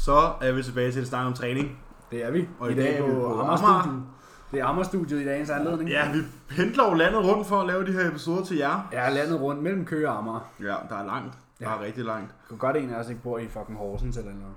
Så er vi tilbage til at snakke om træning. Det er vi. Og i dag på Amager-studiet. Det er Amager-studiet i dagens anledning. Ja, vi pendler jo landet rundt for at lave de her episoder til jer. Ja, landet rundt mellem Køge og Amager. Ja, der er langt. Der er rigtig langt. Det kunne godt en af os ikke bor i fucking Horsens eller noget.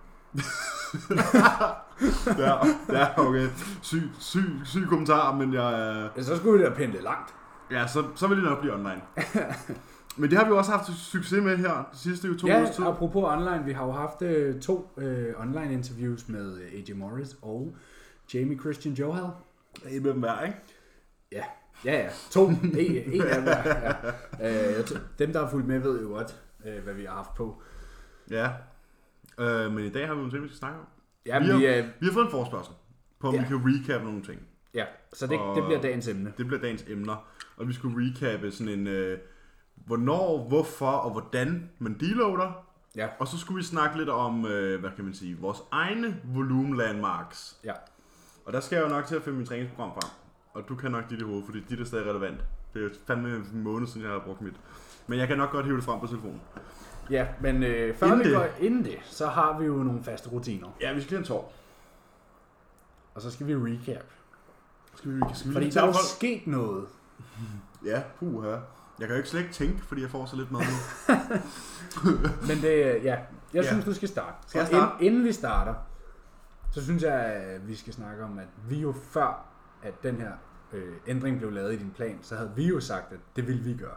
ja, okay. Syg kommentar, men jeg... Så skulle vi da pendle langt. Ja, så vil det nok blive online. Men det har vi også haft succes med her de sidste 2 års tid. Ja, apropos online, vi har jo haft 2 online interviews med AJ Morris og Jamie Christian Johal. En med dem hver, ikke? Ja. 2. En af dem hver. Ja. Dem, der har fulgt med, ved jo godt, hvad vi har haft på. Ja. Men i dag har vi nogle ting, vi skal snakke om. Ja, vi har fået en forespørgsel på, om vi kan recap nogle ting. Ja, så det bliver dagens emne. Det bliver dagens emner. Og vi skulle recappe sådan en... hvornår, hvorfor og hvordan man deloader. Ja. Og så skulle vi snakke lidt om, hvad kan man sige, vores egne volumen landmarks. Ja. Og der skal jeg jo nok til at finde mit træningsprogram frem. Og du kan nok dit i hovedet, fordi dit er stadig relevant. Det er fandme en måned siden, jeg har brugt mit. Men jeg kan nok godt hive det frem på telefonen. Ja, men inden det, så har vi jo nogle faste rutiner. Ja, vi skal have en tår. Og så skal vi recap. Skal fordi der er jo sket noget. Ja, puha. Jeg kan jo ikke slet ikke tænke, fordi jeg får så lidt mad nu. Men det, jeg synes, du skal starte. Skal jeg starte? Inden vi starter, så synes jeg, at vi skal snakke om, at vi jo før, at den her ændring blev lavet i din plan, så havde vi jo sagt, at det ville vi gøre.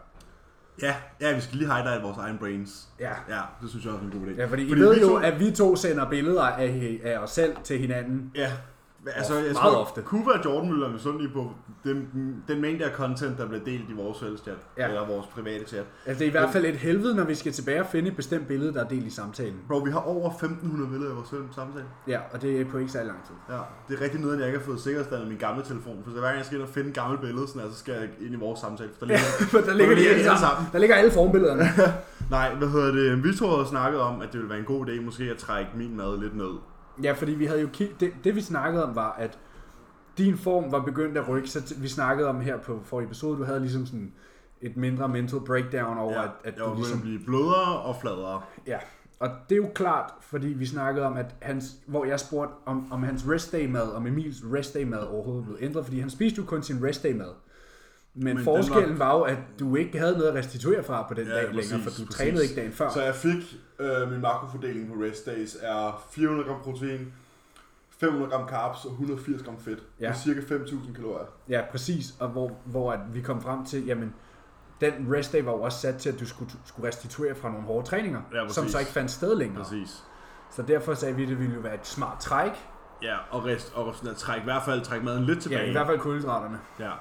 Ja, vi skal lige highlight vores egen brains. Ja, det synes jeg også er en god idé. Ja, fordi I ved jo, at vi 2 sender billeder af os selv til hinanden. Ja. Altså, jeg meget ofte. Kuba og Jordan ville være misundelige på den mængde af content, der bliver delt i vores fælleschat, eller vores private chat. Altså, det er i hvert fald et helvede, når vi skal tilbage og finde et bestemt billede, der er delt i samtalen. Bro, vi har over 1500 billeder i vores samtale. Ja, og det er på ikke så lang tid. Ja, det er rigtig noget, at jeg ikke har fået sikkerhedsstandet min gamle telefon, for så hver gang jeg skal ind og finde et gammelt billede, så skal jeg ind i vores samtale, for der ligger de alle sammen. Der ligger alle formbillederne. Nej, vi to havde snakket om, at det ville være en god idé måske at trække min mad lidt ned. Ja, fordi vi havde jo det vi snakkede om var, at din form var begyndt at rykke, så vi snakkede om her på forrige episode, du havde ligesom sådan et mindre mental breakdown over, at du ligesom blive blødere og fladere. Ja, og det er jo klart, fordi vi snakkede om, at hvor jeg spurgte om hans rest day mad, om Emils rest day mad overhovedet blev ændret, fordi han spiste jo kun sin rest day mad. Men forskellen var jo, at du ikke havde noget at restituere fra på den dag længere, for du trænede ikke dagen før. Så jeg fik min makrofordeling på rest days er 400 gram protein, 500 gram carbs og 180 gram fedt. Det er cirka 5.000 kalorier. Ja, præcis. Og hvor at vi kom frem til, jamen, den rest day var jo også sat til, at du skulle restituere fra nogle hårde træninger, som så ikke fandt sted længere. Præcis. Så derfor sagde vi, at det ville jo være et smart træk. Ja, og i hvert fald trække maden lidt tilbage. Ja, i hvert fald kulhydraterne. Ja.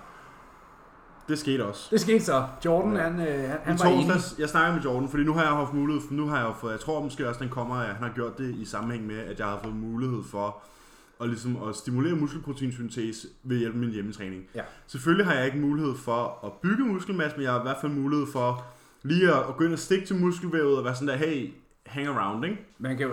Det skete også. Det skete så. Jordan, han var enig. Jeg snakker med Jordan, fordi nu har jeg haft mulighed, jeg tror måske også, den kommer, at han har gjort det i sammenhæng med, at jeg har fået mulighed for at stimulere muskelproteinsyntese ved hjælp af min hjemmetræning. Ja. Selvfølgelig har jeg ikke mulighed for at bygge muskelmasse, men jeg har i hvert fald mulighed for lige at gå ind og stikke til muskelvævet og være sådan der, hey, hang around, ikke? Man kan jo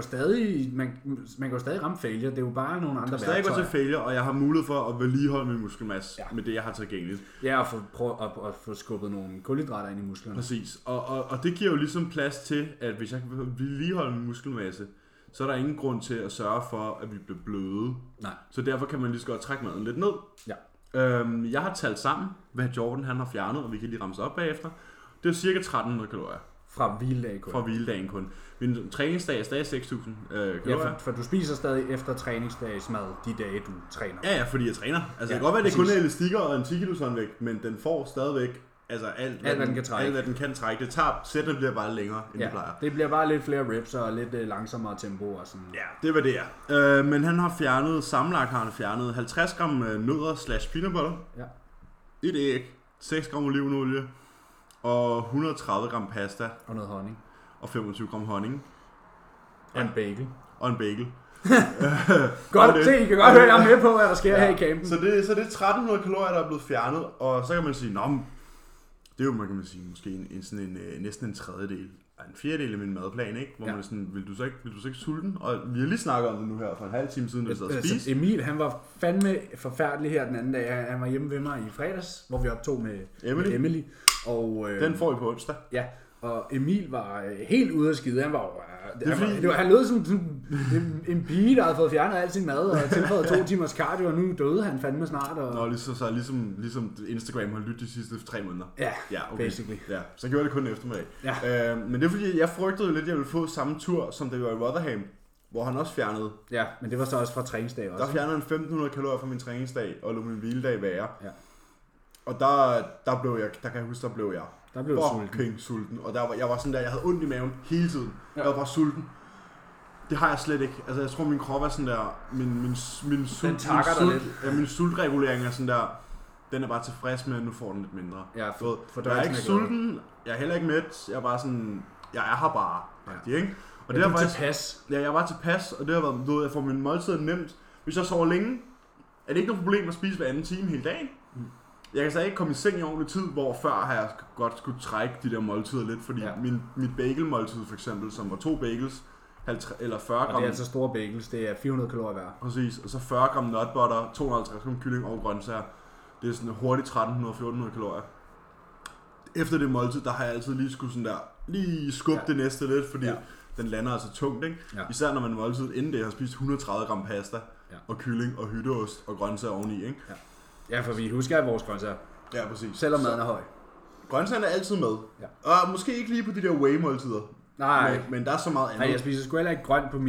stadig ramme failure, det er jo bare nogle andre værktøjer. Jeg stadig gå til failure, og jeg har mulighed for at vedligeholde min muskelmasse med det, jeg har tilgængeligt. Ja, og få skubbet nogle kulhydrater ind i musklerne. Præcis, og det giver jo ligesom plads til, at hvis jeg kan vedligeholde min muskelmasse, så er der ingen grund til at sørge for, at vi bliver bløde. Nej. Så derfor kan man lige så godt trække maden lidt ned. Ja. Jeg har talt sammen, hvad Jordan han har fjernet, og vi kan lige ramse op bagefter. Det er cirka 1300 kalorier. Fra hviledagen kun. Min træningsdag er stadig 6.000 kalorier. Ja, for du spiser stadig efter træningsdagsmad de dage, du træner. Ja, fordi jeg træner. Altså det kan godt være, at det kun er elastikker og en 10 kg håndvægt, men den får stadigvæk alt hvad den kan trække. Det tager, sættene bliver bare længere, end det plejer. Det bliver bare lidt flere reps og lidt langsommere tempo og sådan. Ja, det var det men han har sammenlagt 50 gram nødder / peanut butter. Ja. Et æg, 6 gram olivenolie og 130 gram pasta. Og noget honning. Og 25 gram honning. Og en bagel. Godt, se, I kan godt høre, jeg er med på, hvad der sker her i campen. Så det er 1300 kalorier, der er blevet fjernet, og så kan man sige, det er jo, man kan sige, måske næsten en tredjedel, en fjerdedel af min madplan, ikke? Hvor man sådan, vil du så ikke sulten? Og vi har lige snakket om det nu her for en halv time siden, vi sad og spiste. Emil, han var fandme forfærdelig her den anden dag. Han var hjemme ved mig i fredags, hvor vi optog med Emily. Og, den får I på onsdag. Ja, og Emil var helt ude af skide. Han var Han lød som en pige, der havde fået fjernet al sin mad og tilføjet 2 timers cardio, og nu døde han fandme snart. Og... Nå, ligesom Instagram har lyttet de sidste 3 måneder. Ja, okay. Basically. Ja, så gjorde det kun eftermiddag. Ja. Men det er fordi, jeg frygtede lidt, at jeg ville få samme tur, som det var i Rotherham, hvor han også fjernede. Ja, men det var så også fra træningsdag også. Der fjernede han 1500 kalorier fra min træningsdag, og lå min hviledag være. Ja. Og der blev jeg, der kan jeg huske, der blev sulten. Og jeg var sådan der, jeg havde ondt i maven hele tiden. Ja. Jeg var bare sulten. Det har jeg slet ikke. Altså jeg tror min krop er sådan der, min sultregulering er sådan der, den er bare tilfreds med, at nu får den lidt mindre. Ja, jeg er ikke sulten, jeg er heller ikke mæt, jeg er bare sådan, jeg er her bare. Ja. Ikke? Og det var tilpas. Ja, jeg var tilpas, og det har været noget, jeg får min måltid nemt. Hvis jeg sover længe, er det ikke noget problem at spise hver anden time hele dagen. Jeg kan så ikke komme i seng i ordentlig tid, hvor før har jeg godt skulle trække de der måltider lidt, fordi mit bagelmåltid for eksempel, som var 2 bagels, 50, eller 40 gram. Og det er altså store bagels, det er 400 kalorier hver. Præcis, og så 40 gram nut butter, 250 gram kylling og grøntsager. Det er sådan hurtigt 1300-1400 kalorier. Efter det måltid, der har jeg altid lige skulle sådan der, lige skubbe det næste lidt, fordi den lander altså tungt, ikke? Ja. Især når man måltid inden det har spist 130 gram pasta og kylling og hytteost og grøntsager oveni, ikke? Ja, for vi husker vores grøntsager. Ja, præcis. Selvom maden er høj. Grøntsagerne er altid med. Ja. Og måske ikke lige på de der whey-måltider. Nej. Men der er så meget andet. Nej, jeg spiser sgu heller ikke grønt på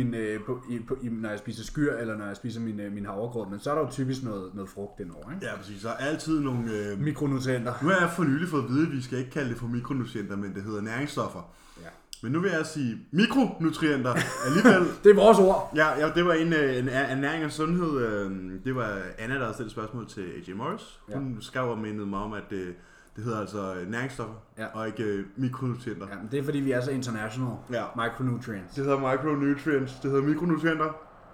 når jeg spiser skyr, eller når jeg spiser min havregrød. Men så er der jo typisk noget frugt indover, ikke? Ja, præcis. Så er altid nogle... mikronutrienter. Nu har jeg for nylig fået at vide, at vi skal ikke kalde det for mikronutrienter, men det hedder næringsstoffer. Ja. Men nu vil jeg sige mikronutrienter alligevel. Det er vores ord. Ja, det var en ernæring og sundhed. Det var Anna, der havde stillet spørgsmål til AJ Morris. Hun skrev og mindede mig om, at det hedder altså næringsstoffer, og ikke mikronutrienter. Ja, men det er fordi, vi er så international. Ja. Micronutrients. Det hedder micronutrients, det hedder mikronutrienter.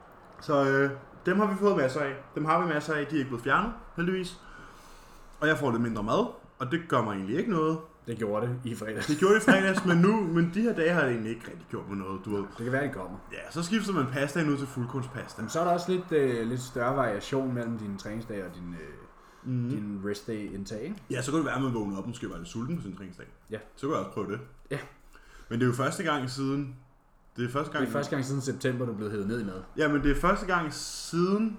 Så dem har vi fået masser af. Dem har vi masser af, de er ikke blevet fjernet, heldigvis. Og jeg får lidt mindre mad, og det gør mig egentlig ikke noget. Det gjorde det i fredags. Det gjorde det i fredags, men de her dage har det egentlig ikke rigtig gjort med noget, du ved. Det kan være, det kommer. Ja, så skifter man pastaen ud til fuldkornspasta. Men så er der også lidt større variation mellem dine træningsdage og din rest day indtag. Ja, så kan det være, at man vågner op, måske var lidt sulten på sin træningsdag. Ja. Så kan jeg også prøve det. Ja. Men det er jo første gang siden... Det er første gang siden september, du er blevet hævet ned i mad. Ja, men det er første gang siden...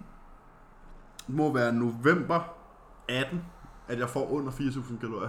Det må være november 18, at jeg får under 4.000 kalorier.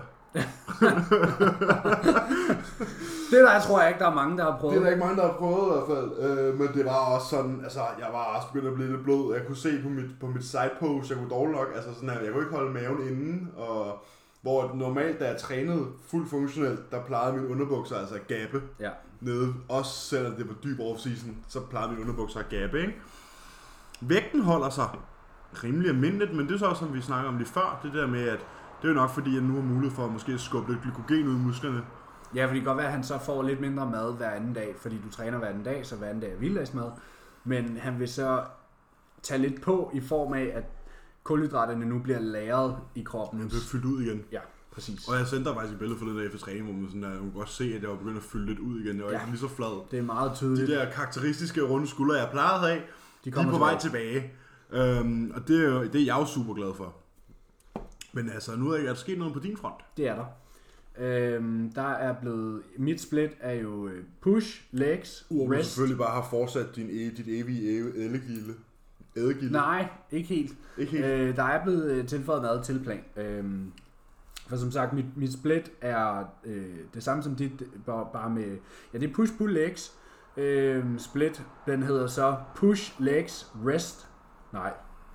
Det der tror jeg ikke, der er mange, der har prøvet. Det er der ikke mange, der har prøvet i hvert fald. Men det var også sådan, altså jeg var også begyndt at blive lidt blød. Jeg kunne se på mit side pose, jeg kunne dårligt nok, altså sådan her, jeg kunne ikke holde maven inde. Og hvor normalt, da jeg trænede fuldt funktionelt, der plejede mine underbukser altså at gabe nede. Også selvom det var dyb off-season, så plejede mine underbukser at gabe, ikke? Vægten holder sig rimelig almindeligt, men det er så også, som vi snakker om lige før, det der med, at det er jo nok fordi, jeg nu har mulighed for at måske skubbe lidt glykogen ud i musklerne. Ja, for det kan godt være, at han så får lidt mindre mad hver anden dag, fordi du træner hver anden dag, så hver anden dag er hviledagsmad. Men han vil så tage lidt på i form af, at kulhydraterne nu bliver lagret i kroppen. Han bliver fyldt ud igen. Ja, præcis. Og jeg sendte dig faktisk et billede for den dag for træning, hvor man sådan der, man kunne godt se, at jeg var begyndt at fylde lidt ud igen. Jeg var ikke lige så flad. Det er meget tydeligt. De der karakteristiske runde skuldre, jeg plejede at have, de er på vej tilbage. Og det er jeg jo super glad for. Men altså, nu er der sket noget på din front. Det er der. Der er blevet... Mit split er jo push, legs, rest. Du selvfølgelig bare har fortsat dit evige ædegilde. Nej, ikke helt. Der er blevet tilføjet mad til plan. For som sagt, mit split er det samme som dit, bare med... Ja, det er push, pull, legs. Split, den hedder så push, legs, rest. Nej,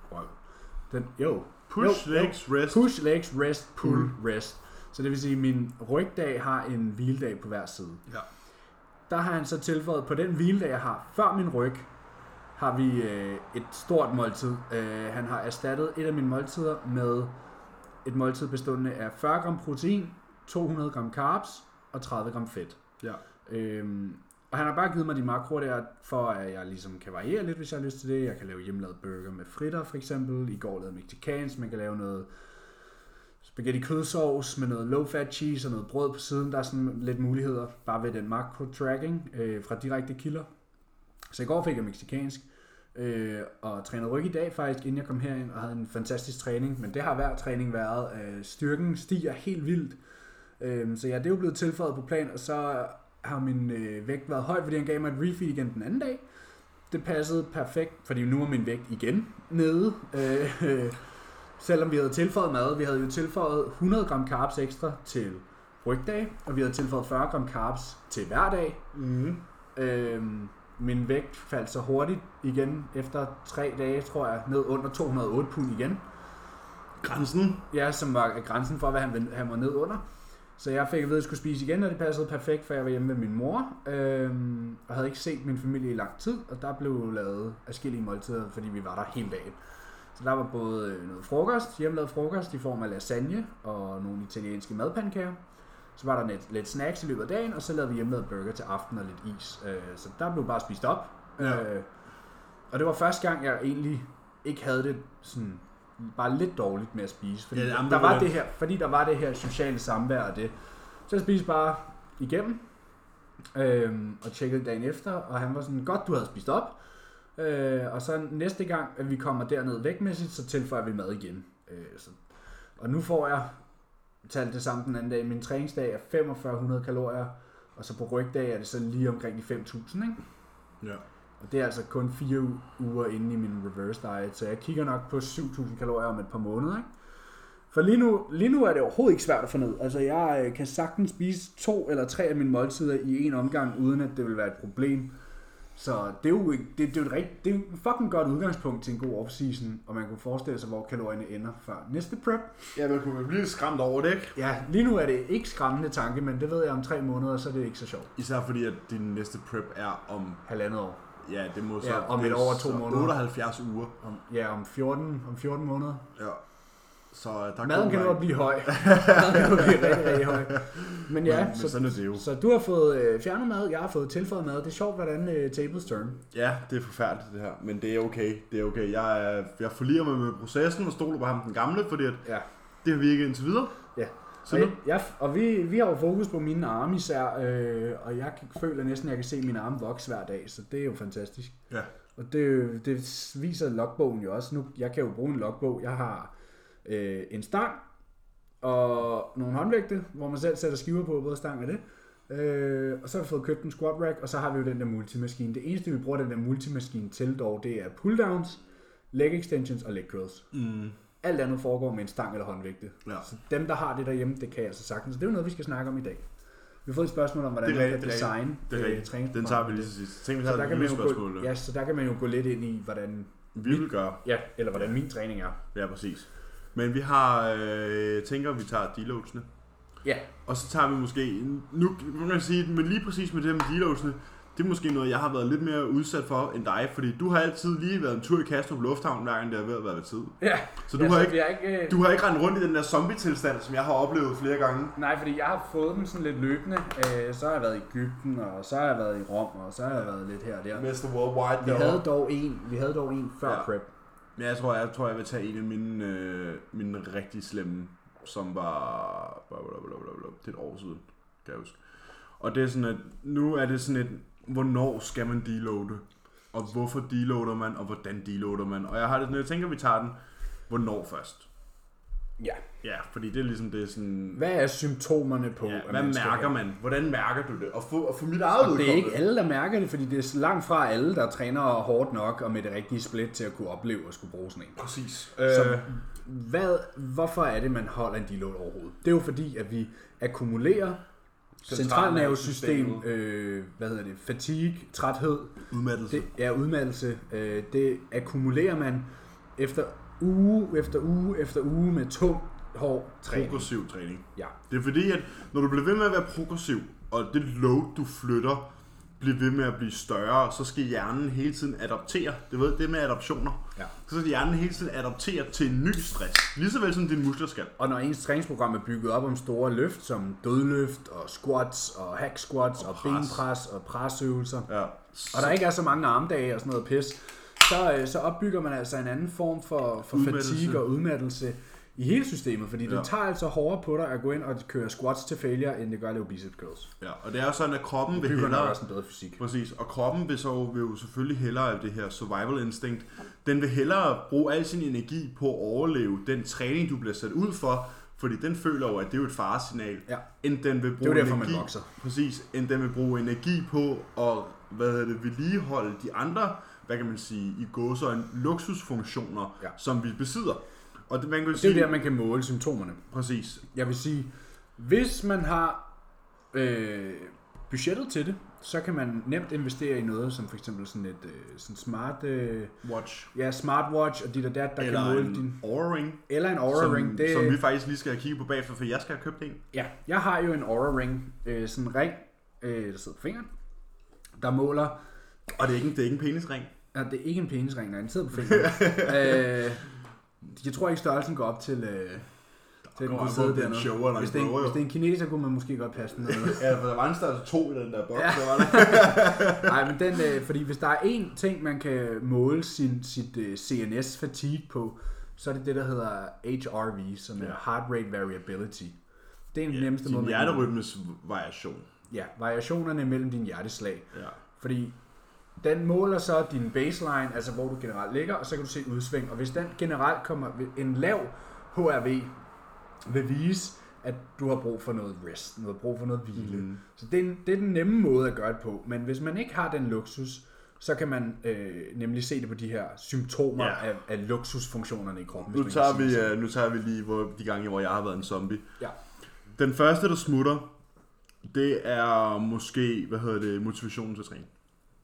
Push, legs, rest. Push, legs, rest, pull, rest. Så det vil sige, at min rygdag har en hviledag på hver side. Ja. Der har han så tilføjet, på den hviledag, jeg har før min ryg, har vi et stort måltid. Han har erstattet et af mine måltider med et måltid bestående af 40 gram protein, 200 gram carbs og 30 gram fedt. Ja. Og han har bare givet mig de makroer der, for at jeg ligesom kan variere lidt, hvis jeg har lyst til det. Jeg kan lave hjemmelavet burger med fritter for eksempel. I går lavede mexicansk. Man kan lave noget spaghetti kødsovs med noget low fat cheese og noget brød på siden. Der er sådan lidt muligheder bare ved den makro-tracking fra direkte kilder. Så i går fik jeg mexicansk og trænede ryg i dag faktisk, inden jeg kom herind og havde en fantastisk træning. Men det har hver træning været. Styrken stiger helt vildt. Så ja, det er jo blevet tilføjet på plan, og så har min vægt været høj, fordi han gav mig et refeed igen den anden dag. Det passede perfekt, fordi nu er min vægt igen nede. Selvom vi havde tilføjet mad. Vi havde jo tilføjet 100 gram carbs ekstra til rygdag, og vi havde tilføjet 40 gram carbs til hver dag. Min vægt faldt så hurtigt igen efter 3 dage, tror jeg, ned under 208 pund igen. Grænsen? Ja, som var grænsen for, hvad han var ned under. Så jeg fik at vide, at jeg skulle spise igen, og det passede perfekt, for jeg var hjemme med min mor, og havde ikke set min familie i lang tid, og der blev lavet adskillige måltider, fordi vi var der hele dagen. Så der var både noget frokost, hjemmelavet frokost i form af lasagne og nogle italienske madpandekager. Så var der lidt snacks i løbet af dagen, og så lavede vi hjemmelavet burger til aften og lidt is. Så der blev bare spist op. Ja. Og det var første gang, jeg egentlig ikke havde det sådan bare lidt dårligt med at spise. Fordi, der var det her sociale samvær og det. Så jeg spiste bare igennem og tjekkede dagen efter, og han var sådan, godt du havde spist op. Og så næste gang, at vi kommer derned vægtmæssigt, så tilføjer vi mad igen. Og nu får jeg talt det sammen den anden dag. Min træningsdag er 4500 kalorier, og så på rygdag er det så lige omkring de 5000, ikke? Ja. Og det er altså kun 4 uger inde i min reverse diet, så jeg kigger nok på 7000 kalorier om et par måneder, ikke? For lige nu er det overhovedet ikke svært at få ned. Altså jeg kan sagtens spise 2 eller 3 af mine måltider i en omgang, uden at det vil være et problem. Så det er jo et fucking godt udgangspunkt til en god off-season, og man kunne forestille sig, hvor kalorierne ender før næste prep. Ja, man kunne blive skræmt over det, ikke? Ja, lige nu er det ikke skræmmende tanke, men det ved jeg om 3 måneder, så er det ikke så sjovt. Især fordi, at din næste prep er om... 1,5 år. Ja, det må så... Ja, om et år og 2 måneder. 78 uger. Om 14 måneder. Ja. Så der maden kan nu blive høj. Maden kan nu blive rigtig, rigtig høj. Men ja, men sådan er det jo. Så du har fået fjernet mad, jeg har fået tilføjet mad. Det er sjovt, hvordan tables turn. Ja, det er forfærdeligt det her, men det er okay. Det er okay. Jeg forliger mig med processen og stoler på ham den gamle, fordi at det har virket indtil videre. Ja. Og vi har jo fokus på mine arme især, og jeg føler næsten, at jeg kan se mine arme vokse hver dag, så det er jo fantastisk. Ja. Og det viser logbogen jo også. Nu, jeg kan jo bruge en logbog. Jeg har en stang og nogle håndvægte, hvor man selv sætter skiver på, både stang og det. Og så har vi fået købt en squat rack, og så har vi jo den der multimaskine. Det eneste, vi bruger den der multimaskine til dog, det er pull-downs, leg extensions og leg curls. Alt andet foregår med en stang eller håndvægte. Ja. Så dem, der har det derhjemme, det kan jeg så sagtens. Så det er jo noget, vi skal snakke om i dag. Vi har fået et spørgsmål om, hvordan man kan designe træningsprogram. Den tager vi lige til sidst. Tænk, vi tager et lille spørgsmål. Ja, så der kan man jo gå lidt ind i, hvordan vi vil gøre. Ja, eller hvordan min træning er. Ja, præcis. Men vi har, tænker, vi tager deloadsene. Ja. Og så tager vi måske, nu kan jeg sige, men lige præcis med det med deloadsene, det er måske noget, jeg har været lidt mere udsat for end dig, fordi du har altid lige været en tur i Kastrup Lufthavn, hver gang det har været ved tid. Ja. Så du, du har ikke rendt rundt i den der zombie-tilstand, som jeg har oplevet flere gange. Nej, fordi jeg har fået dem sådan lidt løbende. Så har jeg været i Egypten, og så har jeg været i Rom, og så har jeg været lidt her og der. Mr. Worldwide. Vi havde dog en før prep. Men jeg tror, jeg vil tage en af mine rigtig slemme, som var det er et år siden, kan jeg huske. Og det er sådan, at nu er det sådan et, hvornår skal man deloade? Og hvorfor deloader man, og hvordan deloader man? Og jeg har det sådan, jeg tænker, vi tager den, hvornår først? Ja. Ja, fordi det er ligesom det sådan... Hvad er symptomerne på? Ja, hvad mærker man? Hvordan mærker du det? Og for mit eget udkomme. Det er ikke alle, der mærker det, fordi det er langt fra alle, der træner hårdt nok og med det rigtige split til at kunne opleve at skulle bruge sådan en. Præcis. Så hvorfor er det, man holder en deload overhovedet? Det er jo fordi, at vi akkumulerer centralnervesystem, fatigue, træthed. Udmattelse. Udmattelse. Det akkumulerer man efter uge efter uge efter uge med tung, hård træning. Progressiv træning. Ja. Det er fordi, at når du bliver ved med at være progressiv, og det load, du flytter, bliver ved med at blive større, så skal hjernen hele tiden adaptere. Det med adaptioner. Ja. Så skal hjernen hele tiden adaptere til en ny stress. Lige så vel som din muskler skal. Og når ens træningsprogram er bygget op om store løft, som dødløft og squats og hack squats og benpres og presøvelser, og der ikke er så mange armdage og sådan noget pis, så opbygger man altså en anden form for fatigue og udmattelse i hele systemet, fordi det tager altså hårdere på dig at gå ind og køre squats til failure, end det gør at lave bicep curls. Ja, og det er jo sådan, at kroppen vil hellere... også en bedre fysik. Præcis, og kroppen vil jo selvfølgelig hellere af det her survival instinct. Den vil hellere bruge al sin energi på at overleve den træning, du bliver sat ud for, Fordi den føler jo, at det er jo et faresignal, end den vil bruge det er derfor, energi, man vokser. Præcis, end den vil bruge energi på at vedligeholde de andre, hvad kan man sige, i gåseøjne luksusfunktioner, som vi besidder. Og det, man kan sige, det er der, man kan måle symptomerne. Præcis. Jeg vil sige, hvis man har budgettet til det, så kan man nemt investere i noget, som for eksempel sådan et sådan smart watch. Ja, smartwatch og der kan måle din Oura Ring. Eller en Oura Ring, som vi faktisk lige skal kigge på bagefter, for jeg skal have købt en. Ja, jeg har jo en Oura Ring, sådan en ring, der sidder på fingeren, der måler. Og det er ikke en penisring. Ja, det er ikke en penisring, nej, den sidder på fingeren. Jeg tror ikke størrelsen går op til den kunne sidde dernede. Hvis det er en kineser, kunne man måske godt passe den noget. Ja, for der var en størrelse 2 i den der boks. Ja. Nej, men den, fordi hvis der er én ting, man kan måle sit CNS fatigue på, så er det det, der hedder HRV, som er Heart Rate Variability. Det er den nemmeste måde. Hjerterytmes variation. Ja, variationerne mellem dine hjerteslag. Ja. Fordi den måler så din baseline, altså hvor du generelt ligger, og så kan du se udsving. Og hvis den generelt kommer en lav HRV, vil vise, at du har brug for noget rest, brug for noget hvile. Så det er den nemme måde at gøre det på. Men hvis man ikke har den luksus, så kan man nemlig se det på de her symptomer af luksusfunktionerne i kroppen. Nu tager vi lige de gange, hvor jeg har været en zombie. Ja. Den første, der smutter, det er måske, motivationen til at træne.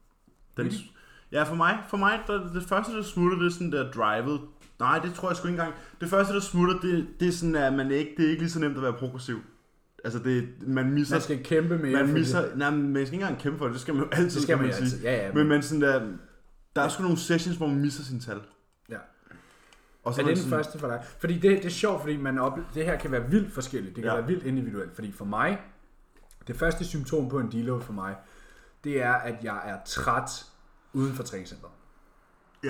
Ja, for mig det første, der smutter, det er sådan der drivet. Nej, det tror jeg sgu ikke engang. Det første, der smutter, det er sådan, at det er ikke lige så nemt at være progressiv. Altså, man skal kæmpe mere. Man skal ikke engang kæmpe for det. Det skal man jo altid, det skal man altid. Ja, men sådan der er sgu nogle sessions, hvor man misser sin tal. Ja. Og så er det den første for dig? Fordi det er sjovt, fordi det her kan være vildt forskelligt. Det kan være vildt individuelt. Fordi for mig, det første symptom på en deload for mig, det er, at jeg er træt uden for træningscenteret. Ja.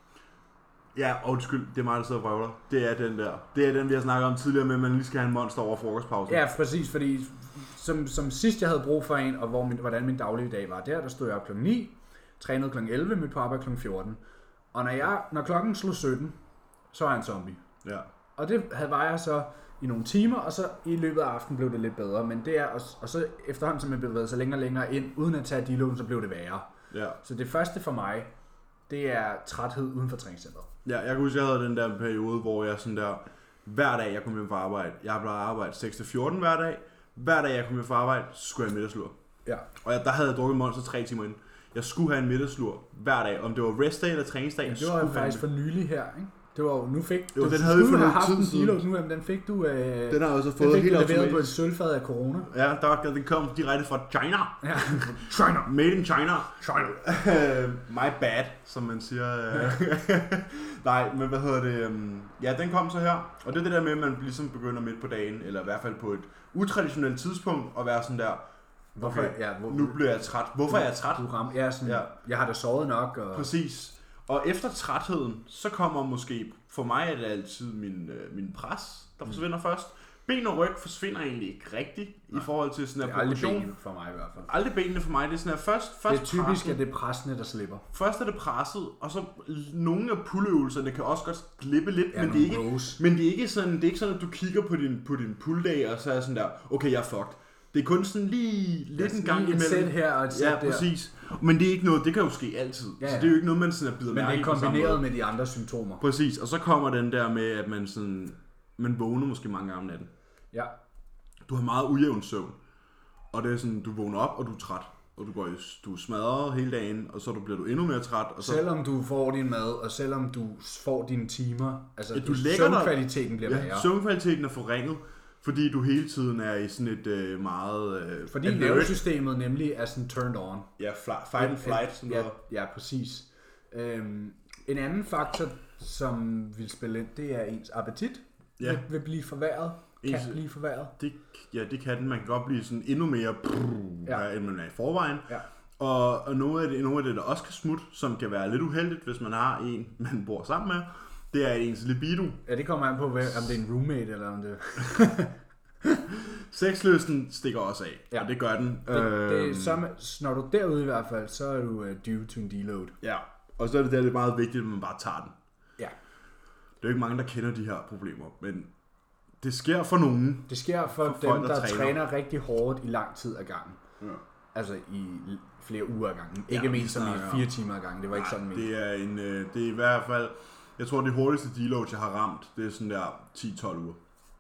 Ja, undskyld, det er mig, der sidder og vrøvler. Det er den der. Det er den, vi har snakket om tidligere med, at man lige skal have en monster over frokostpausen. Ja, præcis, fordi som sidst jeg havde brug for en, og hvordan min daglige dag var, der stod jeg op kl. 9, trænede kl. 11, mødte på arbejde kl. 14. Og når klokken slog 17, så var jeg en zombie. Ja. Og det var jeg så i nogle timer, og så i løbet af aftenen blev det lidt bedre. Men det er, og så efterhånden, som jeg bevægede sig længere og længere ind, uden at tage deloaden, så blev det værre. Ja. Så det første for mig, det er træthed uden for træningscenteret. Ja, jeg kan huske, jeg havde den der periode, hvor jeg sådan der, hver dag jeg kom hjem fra arbejde, jeg plejer at arbejde 6-14 hver dag, hver dag jeg kom hjem fra arbejde, så skulle jeg have middagslur. Ja. Og der havde jeg drukket monster 3 timer inden. Jeg skulle have en middagslur hver dag, om det var restdag eller træningsdag. Ja, det var jo faktisk for nylig her, ikke? Det var jo, nu fik jo, den havde vi for noget tid siden. Nu, den fik du, den har også fået helt leveret på et sølvfad af corona. Ja, den kom direkte fra China. Ja, China. Made in China. China. My bad, som man siger. Nej, men ja, den kom så her. Og det er det der med, at man ligesom begynder midt på dagen, eller i hvert fald på et utraditionelt tidspunkt, at være sådan der, nu bliver jeg træt. Hvorfor er jeg træt? Jeg har da sovet nok. Og... Præcis. Og efter trætheden, så kommer måske, for mig er det altid min pres, der forsvinder først. Ben og ryg forsvinder egentlig ikke rigtigt i forhold til sådan her progression. Aldrig benene for mig i hvert fald. Aldrig benene for mig, det er sådan her først det er typisk, pressen, at det er pressene, der slipper. Først er det presset, og så nogle af pulløvelserne kan også godt glippe lidt, men det er ikke sådan, at du kigger på din pulldag, og så er sådan der, okay, jeg er fucked. Det er kun sådan lige lidt en gang imellem. Et sæt her og et sæt der. Ja, præcis. Men det er ikke noget, det kan jo ske altid. Ja. Så det er jo ikke noget, man sådan bider mærke i. Men det er kombineret med de andre symptomer. Præcis, og så kommer den der med, at man vågner måske mange gange om natten. Ja. Du har meget ujævn søvn. Og det er sådan, du vågner op, og du er træt. Og du er smadret hele dagen, og så bliver du endnu mere træt. Og så... Selvom du får din mad, og selvom du får dine timer, altså søvnkvaliteten bliver værre. Søvnkvaliteten er forringet. Fordi du hele tiden er i sådan et meget... fordi nervesystemet nemlig er sådan turned on. Ja, fight and flight. Sådan noget. Ja, præcis. En anden faktor, som vil spille ind, det er ens appetit. Ja. Vil blive forværret. Kan blive forværret. Det kan den. Man kan godt blive sådan endnu mere end man er i forvejen. Ja. Og noget af det, der også kan smutte, som kan være lidt uheldigt, hvis man har en, man bor sammen med, det er ens libido. Ja, det kommer an på, om det er en roommate, eller om det... Sexlysten stikker også af, og det gør den. Når du er derude i hvert fald, så er du due to en deload. Ja, og så er det meget vigtigt, at man bare tager den. Ja. Det er jo ikke mange, der kender de her problemer, men Det sker for nogen. Det sker for dem, folk, der træner rigtig hårdt i lang tid ad gangen. Ja. Altså i flere uger ad gangen. Ikke mindst som i 4 timer ad gangen. Det var ikke sådan det er i hvert fald... Jeg tror, det hurtigste deload, jeg har ramt, det er sådan der 10-12 uger.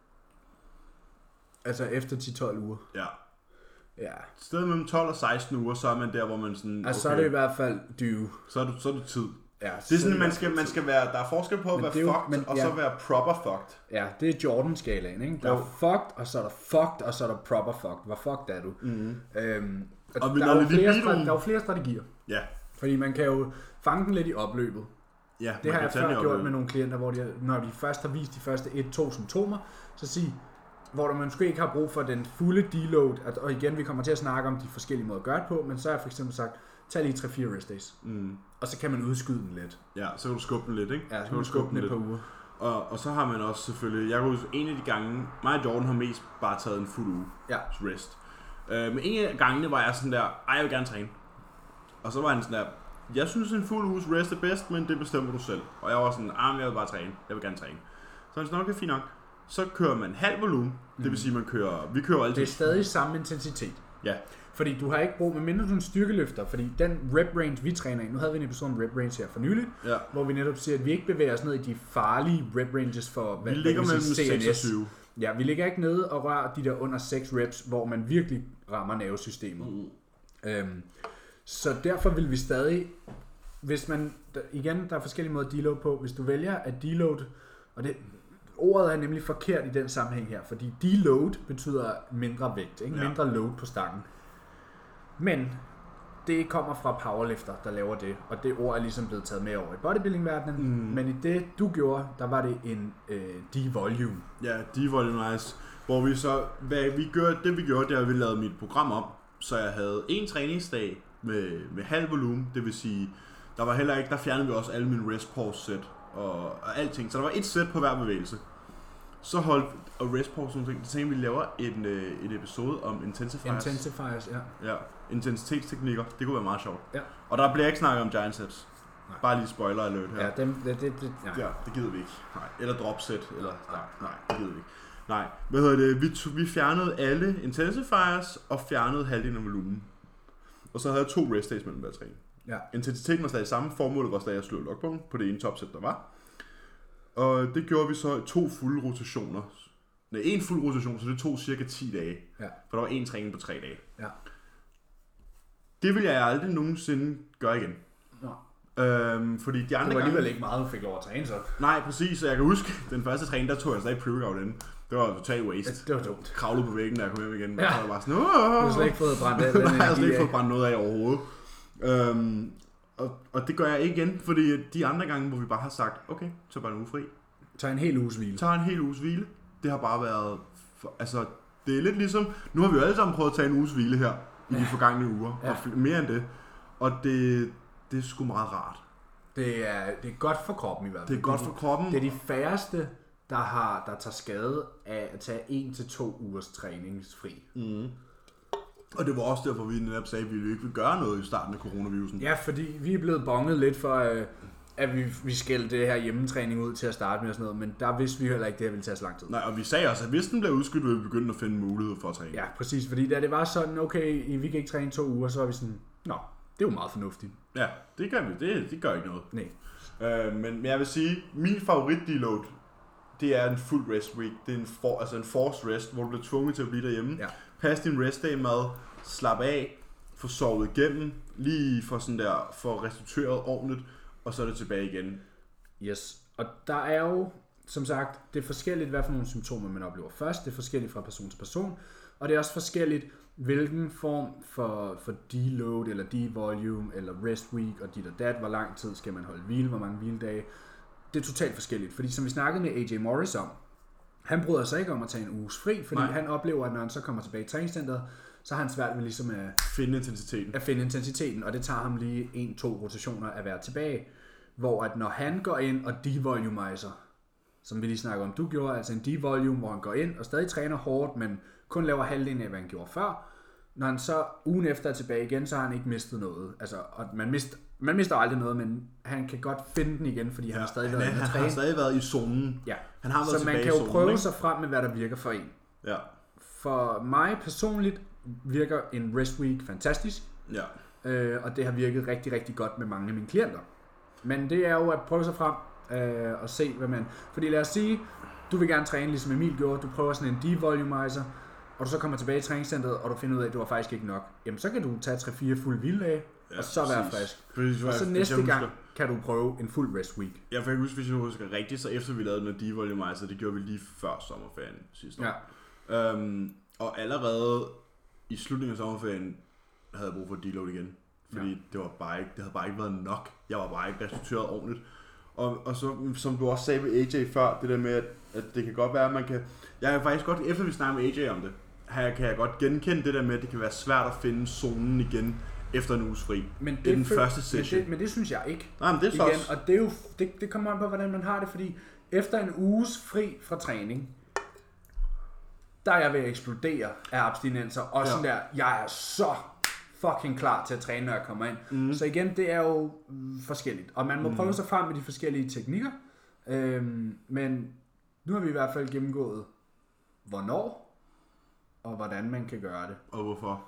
Altså efter 10-12 uger? Ja. Ja. Stedet mellem 12 og 16 uger, så er man der, hvor man sådan... Altså, så er det i hvert fald due. Så er det tid. Ja, det er sådan, man skal være... Der er forskel på at være fucked, og så være proper fucked. Ja, det er Jordan-skalaen, ikke? Der er fucked, og så er der fucked, og så er der proper fucked. Hvor fucked er du? Mm-hmm. Og der er jo flere strategier. Ja. Fordi man kan jo fange den lidt i opløbet. Ja, det har jeg før gjort med nogle klienter, hvor når de først har vist de første 1-2 symptomer, så sig, hvor du måske ikke har brug for den fulde deload, og igen, vi kommer til at snakke om de forskellige måder at gøre det på, men så har jeg for eksempel sagt, tag lige 3-4 rest days, og så kan man udskyde den lidt. Ja, så kan du skubbe den lidt, ikke? Ja, så kan du skubbe den et par uger. Og så har man også selvfølgelig, jeg kunne en af de gange, mig og Jordan har mest bare taget en fuld uge rest. Men en af gangene var jeg sådan der, jeg vil gerne træne. Og så var han sådan der, jeg synes en fuld uges rest er bedst, men det bestemmer du selv. Og jeg var sådan, jeg vil bare træne, jeg vil gerne træne. Så han sådan, okay, fint nok. Så kører man halv volumen, det vil sige, vi kører altid. Det er stadig samme intensitet. Ja. Fordi du har ikke brug, medmindre du er en styrkeløfter, fordi den rep range, vi træner i, nu havde vi en episode om rep range her for nylig, hvor vi netop siger, at vi ikke bevæger os ned i de farlige rep ranges for, vi ligger mellem 6 og 7. Ja, vi ligger ikke nede og rører de der under 6 reps, hvor man virkelig rammer nervesystemet. Så derfor vil vi stadig, hvis man, igen, der er forskellige måder at deload på, hvis du vælger at deload, og ordet er nemlig forkert i den sammenhæng her, fordi deload betyder mindre vægt, ikke? Mindre load på stangen. Men det kommer fra powerlifter, der laver det, og det ord er ligesom blevet taget med over i bodybuilding-verdenen, men i det du gjorde, der var det en devolume. Ja, devolumized, hvor vi så, det vi gjorde, det er, at vi lavede mit program om, så jeg havde en træningsdag med halv volumen, det vil sige, der fjernede vi også alle mine rest pause sæt og alting, så der var et sæt på hver bevægelse. Så holdt og rest pause nogle ting, så tænkte vi laver et episode om intensifiers. Intensifiers, ja. Ja, intensitetsteknikker, det kunne være meget sjovt. Ja. Og der bliver ikke snakket om giant sets. Nej. Bare lige spoiler alert her. Ja, det gider vi ikke. Nej. Eller drop set, eller nej, det gider vi ikke. Nej, hvad hedder det? Vi fjernede alle intensifiers og fjernede halvdelen af volumen. Og så havde jeg 2 rest days mellem hver træning. Ja. Intensiteten var stadig samme, formålet var stadig at slå lockbogen på det ene topsæt, der var. Og det gjorde vi så 2 fulde rotationer. Nej, 1 fuld rotation, så det tog cirka 10 dage. Ja. For der var 1 træning på 3 dage. Ja. Det vil jeg aldrig nogensinde gøre igen. Fordi de andre det var alligevel ikke meget, du fik lov at træne så. Nej, præcis. Så jeg kan huske, den første træning, der tog jeg stadig pre-workout inden. Det var total waste. Det var dumt. Kravlede på væggen, da jeg kom hjem igen. Ja. Så var bare sådan, du har slet ikke fået brændt af. Jeg har slet ikke fået brændt noget af overhovedet. Og det gør jeg ikke igen, fordi de andre gange, hvor vi bare har sagt, okay, så bare en uge fri. Tag en hel uges hvile. Det har bare været, altså, det er lidt ligesom, nu har vi jo alle sammen prøvet at tage en uges hvile her, i de forgangne uger, og mere end det. Og det er sgu meget rart. Det er godt for kroppen i hvert fald. Det er godt for kroppen. Det er de færreste, der tager skade af at tage 1 til 2 ugers træningsfri. Og det var også derfor, vi netop sagde, at vi ikke ville gøre noget i starten af coronavirusen. Ja, fordi vi er blevet bonget lidt for, at vi skældte det her hjemmetræning ud til at starte med og sådan noget, men der vidste vi heller ikke, det her ville tage så lang tid. Nej, og vi sagde også, at hvis den blev udskudt, ville vi begynde at finde mulighed for at træne. Ja, præcis, fordi da det var sådan, okay, vi kan ikke træne 2 uger, så var vi sådan, nå, det er jo meget fornuftigt. Ja, det gør vi. Det gør ikke noget. Nej. Men jeg vil sige, min favorit deload, det er en fuld rest week. Det er en forced rest, hvor du bliver tvunget til at blive derhjemme. Ja. Pas din rest day mad, slap af, få sovet igennem, lige for restitueret ordentligt, og så er det tilbage igen. Yes, og der er jo, som sagt, det er forskelligt, hvad for nogle symptomer man oplever først. Det er forskelligt fra person til person, og det er også forskelligt, hvilken form for deload, eller devolume, eller rest week, og dit og dat, hvor lang tid skal man holde hvile, hvor mange hviledage. Det er totalt forskelligt, fordi som vi snakkede med AJ Morris om, han bryder sig ikke om at tage en uges fri, fordi han oplever, at når han så kommer tilbage i træningscenteret, så har han svært ved ligesom at finde intensiteten, og det tager ham lige 1-2 rotationer at være tilbage. Hvor at når han går ind og devolumizer, som vi lige snakker om, du gjorde, altså en devolume, hvor han går ind og stadig træner hårdt, men kun laver halvdelen af, hvad han gjorde før, når han så ugen efter er tilbage igen, så har han ikke mistet noget. Altså, og man mister aldrig noget, men han kan godt finde den igen, fordi han har stadig været han har stadig været i zonen. Ja. Han har været så man kan jo prøve sig frem med, hvad der virker for en. Ja. For mig personligt virker en rest week fantastisk. Ja. Og det har virket rigtig, rigtig godt med mange af mine klienter. Men det er jo at prøve sig frem og se, hvad man... Fordi lad os sige, du vil gerne træne, ligesom Emil gjorde. Du prøver sådan en devolumizer, og du så kommer tilbage i træningscenteret, og du finder ud af, at du var faktisk ikke nok. Jamen, så kan du tage 3-4 fuld hviledage, og så være frisk. Og så næste gang kan du prøve en fuld rest week. Jeg kan huske, hvis jeg husker rigtigt, så efter vi lavede den devolumizer, det gjorde vi lige før sommerferien sidste år. Ja. Og allerede i slutningen af sommerferien havde jeg brug for at deload igen. Fordi det havde bare ikke været nok. Jeg var bare ikke restitueret ordentligt. Og så, som du også sagde ved AJ før, det der med, at det kan godt være, at man kan... Jeg kan faktisk godt, efter vi snakker med AJ om det, kan jeg godt genkende det der med, at det kan være svært at finde zonen igen efter en uges fri. Men det den første session. Men det synes jeg ikke. Nej, men det er så igen, også... Og det er jo, det kommer an på, hvordan man har det, fordi efter en uges fri fra træning, der er jeg ved at eksplodere af abstinenser, og sådan der, jeg er så fucking klar til at træne, når jeg kommer ind. Så igen, det er jo forskelligt, og man må prøve sig frem med de forskellige teknikker, men nu har vi i hvert fald gennemgået, hvornår, og hvordan man kan gøre det. Og hvorfor.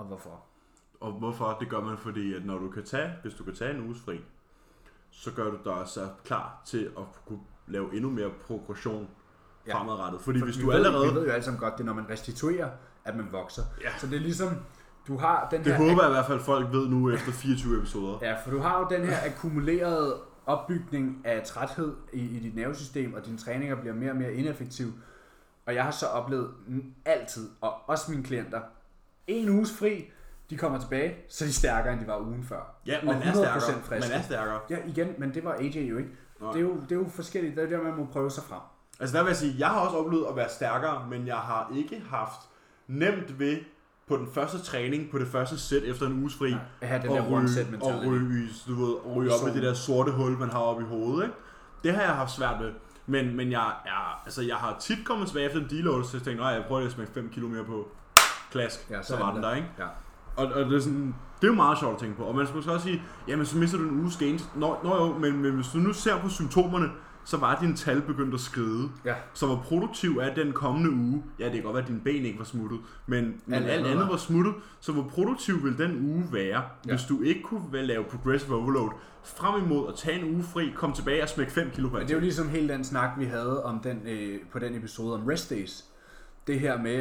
Og hvorfor, det gør man, fordi at når du kan tage, hvis du kan tage en uges fri, så gør du dig så klar til at kunne lave endnu mere progression fremadrettet. Fordi hvis du allerede... Vi ved jo alle sammen godt, det er når man restituerer, at man vokser. Ja. Så det er ligesom, du har den det her... Det håber jeg i hvert fald, folk ved nu efter 24 episoder. Ja, for du har jo den her akkumulerede opbygning af træthed i dit nervesystem, og dine træninger bliver mere og mere ineffektive. Og jeg har så oplevet altid, og også mine klienter, en uges fri, de kommer tilbage, så er de stærkere, end de var ugen før. Ja, man er stærkere. Man er stærkere. Ja, igen, men det var AJ jo ikke. Det er jo forskelligt. Det er der, man må prøve sig frem. Altså der vil jeg sige, jeg har også oplevet at være stærkere, men jeg har ikke haft nemt ved på den første træning, på det første sæt efter en uges fri, og ryge op i det der sorte hul, man har oppe i hovedet. Ikke? Det har jeg haft svært ved. Men jeg har tit kommet tilbage efter en deload, så jeg tænkte, nej, jeg prøver at smække 5 kilo mere på klask, så var den der, ikke? Ja. Og det er sådan, det er jo meget sjovt at tænke på. Og man skal også sige, jamen så mister du en uges gains. Men hvis du nu ser på symptomerne, så var dine tal begyndt at skride. Ja. Så hvor produktiv er den kommende uge? Ja, det kan godt være, at dine ben ikke var smuttet, men alt andet var smuttet. Så hvor produktiv vil den uge være, hvis du ikke kunne lave progressive overload frem imod at tage en uge fri, komme tilbage og smække 5 kilo på. Det er jo ligesom hele den snak, vi havde om på den episode om rest days. Det her med,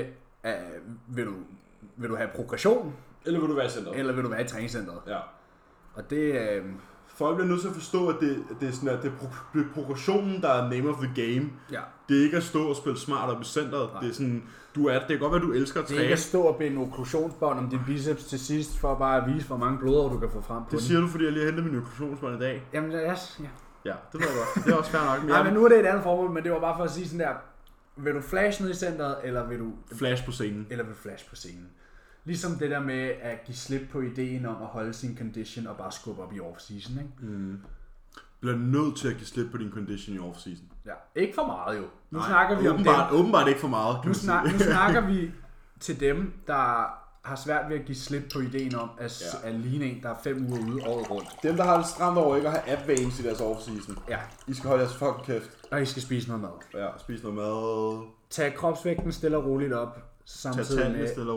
vil du have progression? Eller vil du være i centret? Eller vil du være i træningscenteret? Ja. Og det... Folk bliver nødt til at forstå, at det er sådan, at det er progressionen, der er name of the game. Ja. Det er ikke at stå og spille smart op i centret. Nej. Det er sådan, det kan godt være, du elsker at træne. Det er ikke at stå og binde okklusionsbånd om din biceps til sidst, for bare at vise, hvor mange blodår du kan få frem på det siger du, fordi jeg lige har hentet min okklusionsbånd i dag. Jamen, ja, det ved jeg godt. Det er også fair nok. Nej, men nu er det et andet formål, men det var bare for at sige sådan der, vil du flash ned i centret, eller vil du... Flash på scenen. Eller vil flash på scenen. Ligesom det der med at give slip på ideen om at holde sin condition og bare skubbe op i off-season, ikke? Bliver nødt til at give slip på din condition i off-season. Ja, ikke for meget jo. Nu snakker vi åbenbart ikke for meget. Nu snakker vi til dem, der har svært ved at give slip på ideen om at ligne en, der er 5 uger ude året rundt. Dem, der har det stramt over ikke at have ab-veins i deres off-season. Ja. I skal holde jeres fucking kæft. Og I skal spise noget mad. Ja, spise noget mad. Tag kropsvægten stille og roligt op. Samtidig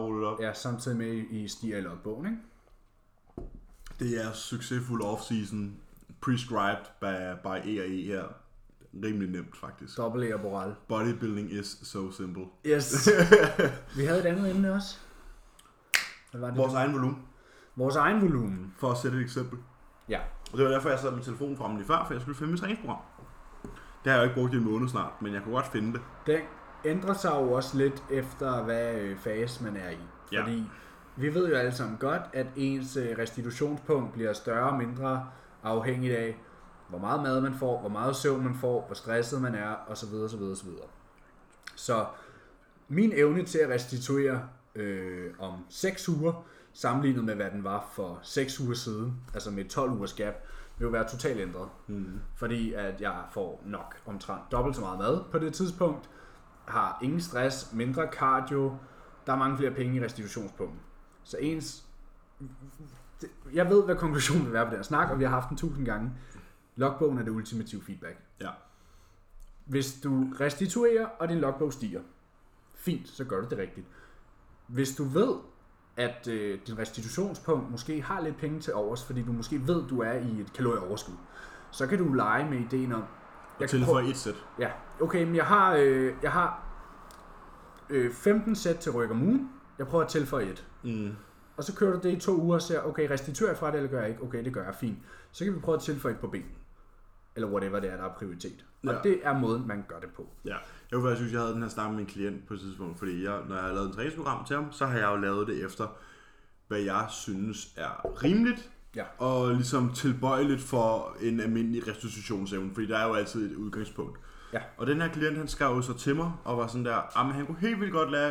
med I stiger i logbogen, ikke? Det er succesfuld off-season prescribed by E&E her. Rimelig nemt faktisk. Dobbelt E og Boral. Bodybuilding is so simple. Yes. Vi havde et andet emne også. Hvad var det? Vores egen volumen. Vores egen volumen. For at sætte et eksempel. Ja. Og det var derfor, jeg sad med telefonen frem lige før, for jeg skulle finde mit træningsprogram. Det har jeg jo ikke brugt i en måned snart, men jeg kunne godt finde det. Den ændrer sig jo også lidt efter, hvad fase man er i. Fordi vi ved jo alle sammen godt, at ens restitutionspunkt bliver større og mindre afhængigt af, hvor meget mad man får, hvor meget søvn man får, hvor stresset man er, osv. osv. Så min evne til at restituere om 6 uger, sammenlignet med hvad den var for 6 uger siden, altså med 12 ugers gap, vil jo være totalt ændret. Fordi at jeg får nok omtrent dobbelt så meget mad på det tidspunkt, har ingen stress, mindre cardio, der er mange flere penge i restitutionspunkten. Så jeg ved, hvad konklusionen vil være på den her snak, og vi har haft den 1000 gange. Logbogen er det ultimative feedback. Ja. Hvis du restituerer, og din logbog stiger, fint, så gør du det rigtigt. Hvis du ved, at din restitutionspunkt måske har lidt penge til overs, fordi du måske ved, du er i et kalorieoverskud, så kan du lege med ideen om... Jeg tilføje et sæt. Ja, okay, men jeg har 15 sæt til ryg om ugen. Jeg prøver at tilføje et. Og så kører du det i 2 uger og ser, okay, restituerer jeg fra det, eller gør jeg ikke? Okay, det gør jeg, fint. Så kan vi prøve at tilføje et på ben. Eller whatever det er, der er prioritet. Og det er måden, man gør det på. Ja, jeg synes, jeg havde den her snak med en klient på et tidspunkt, fordi når jeg har lavet en træningsprogram til ham, så har jeg jo lavet det efter, hvad jeg synes er rimeligt, og ligesom tilbøjeligt for en almindelig restitutionsevne, fordi der er jo altid et udgangspunkt. Ja. Og den her klient, han skrev jo så til mig, og var sådan der, men han kunne helt vildt godt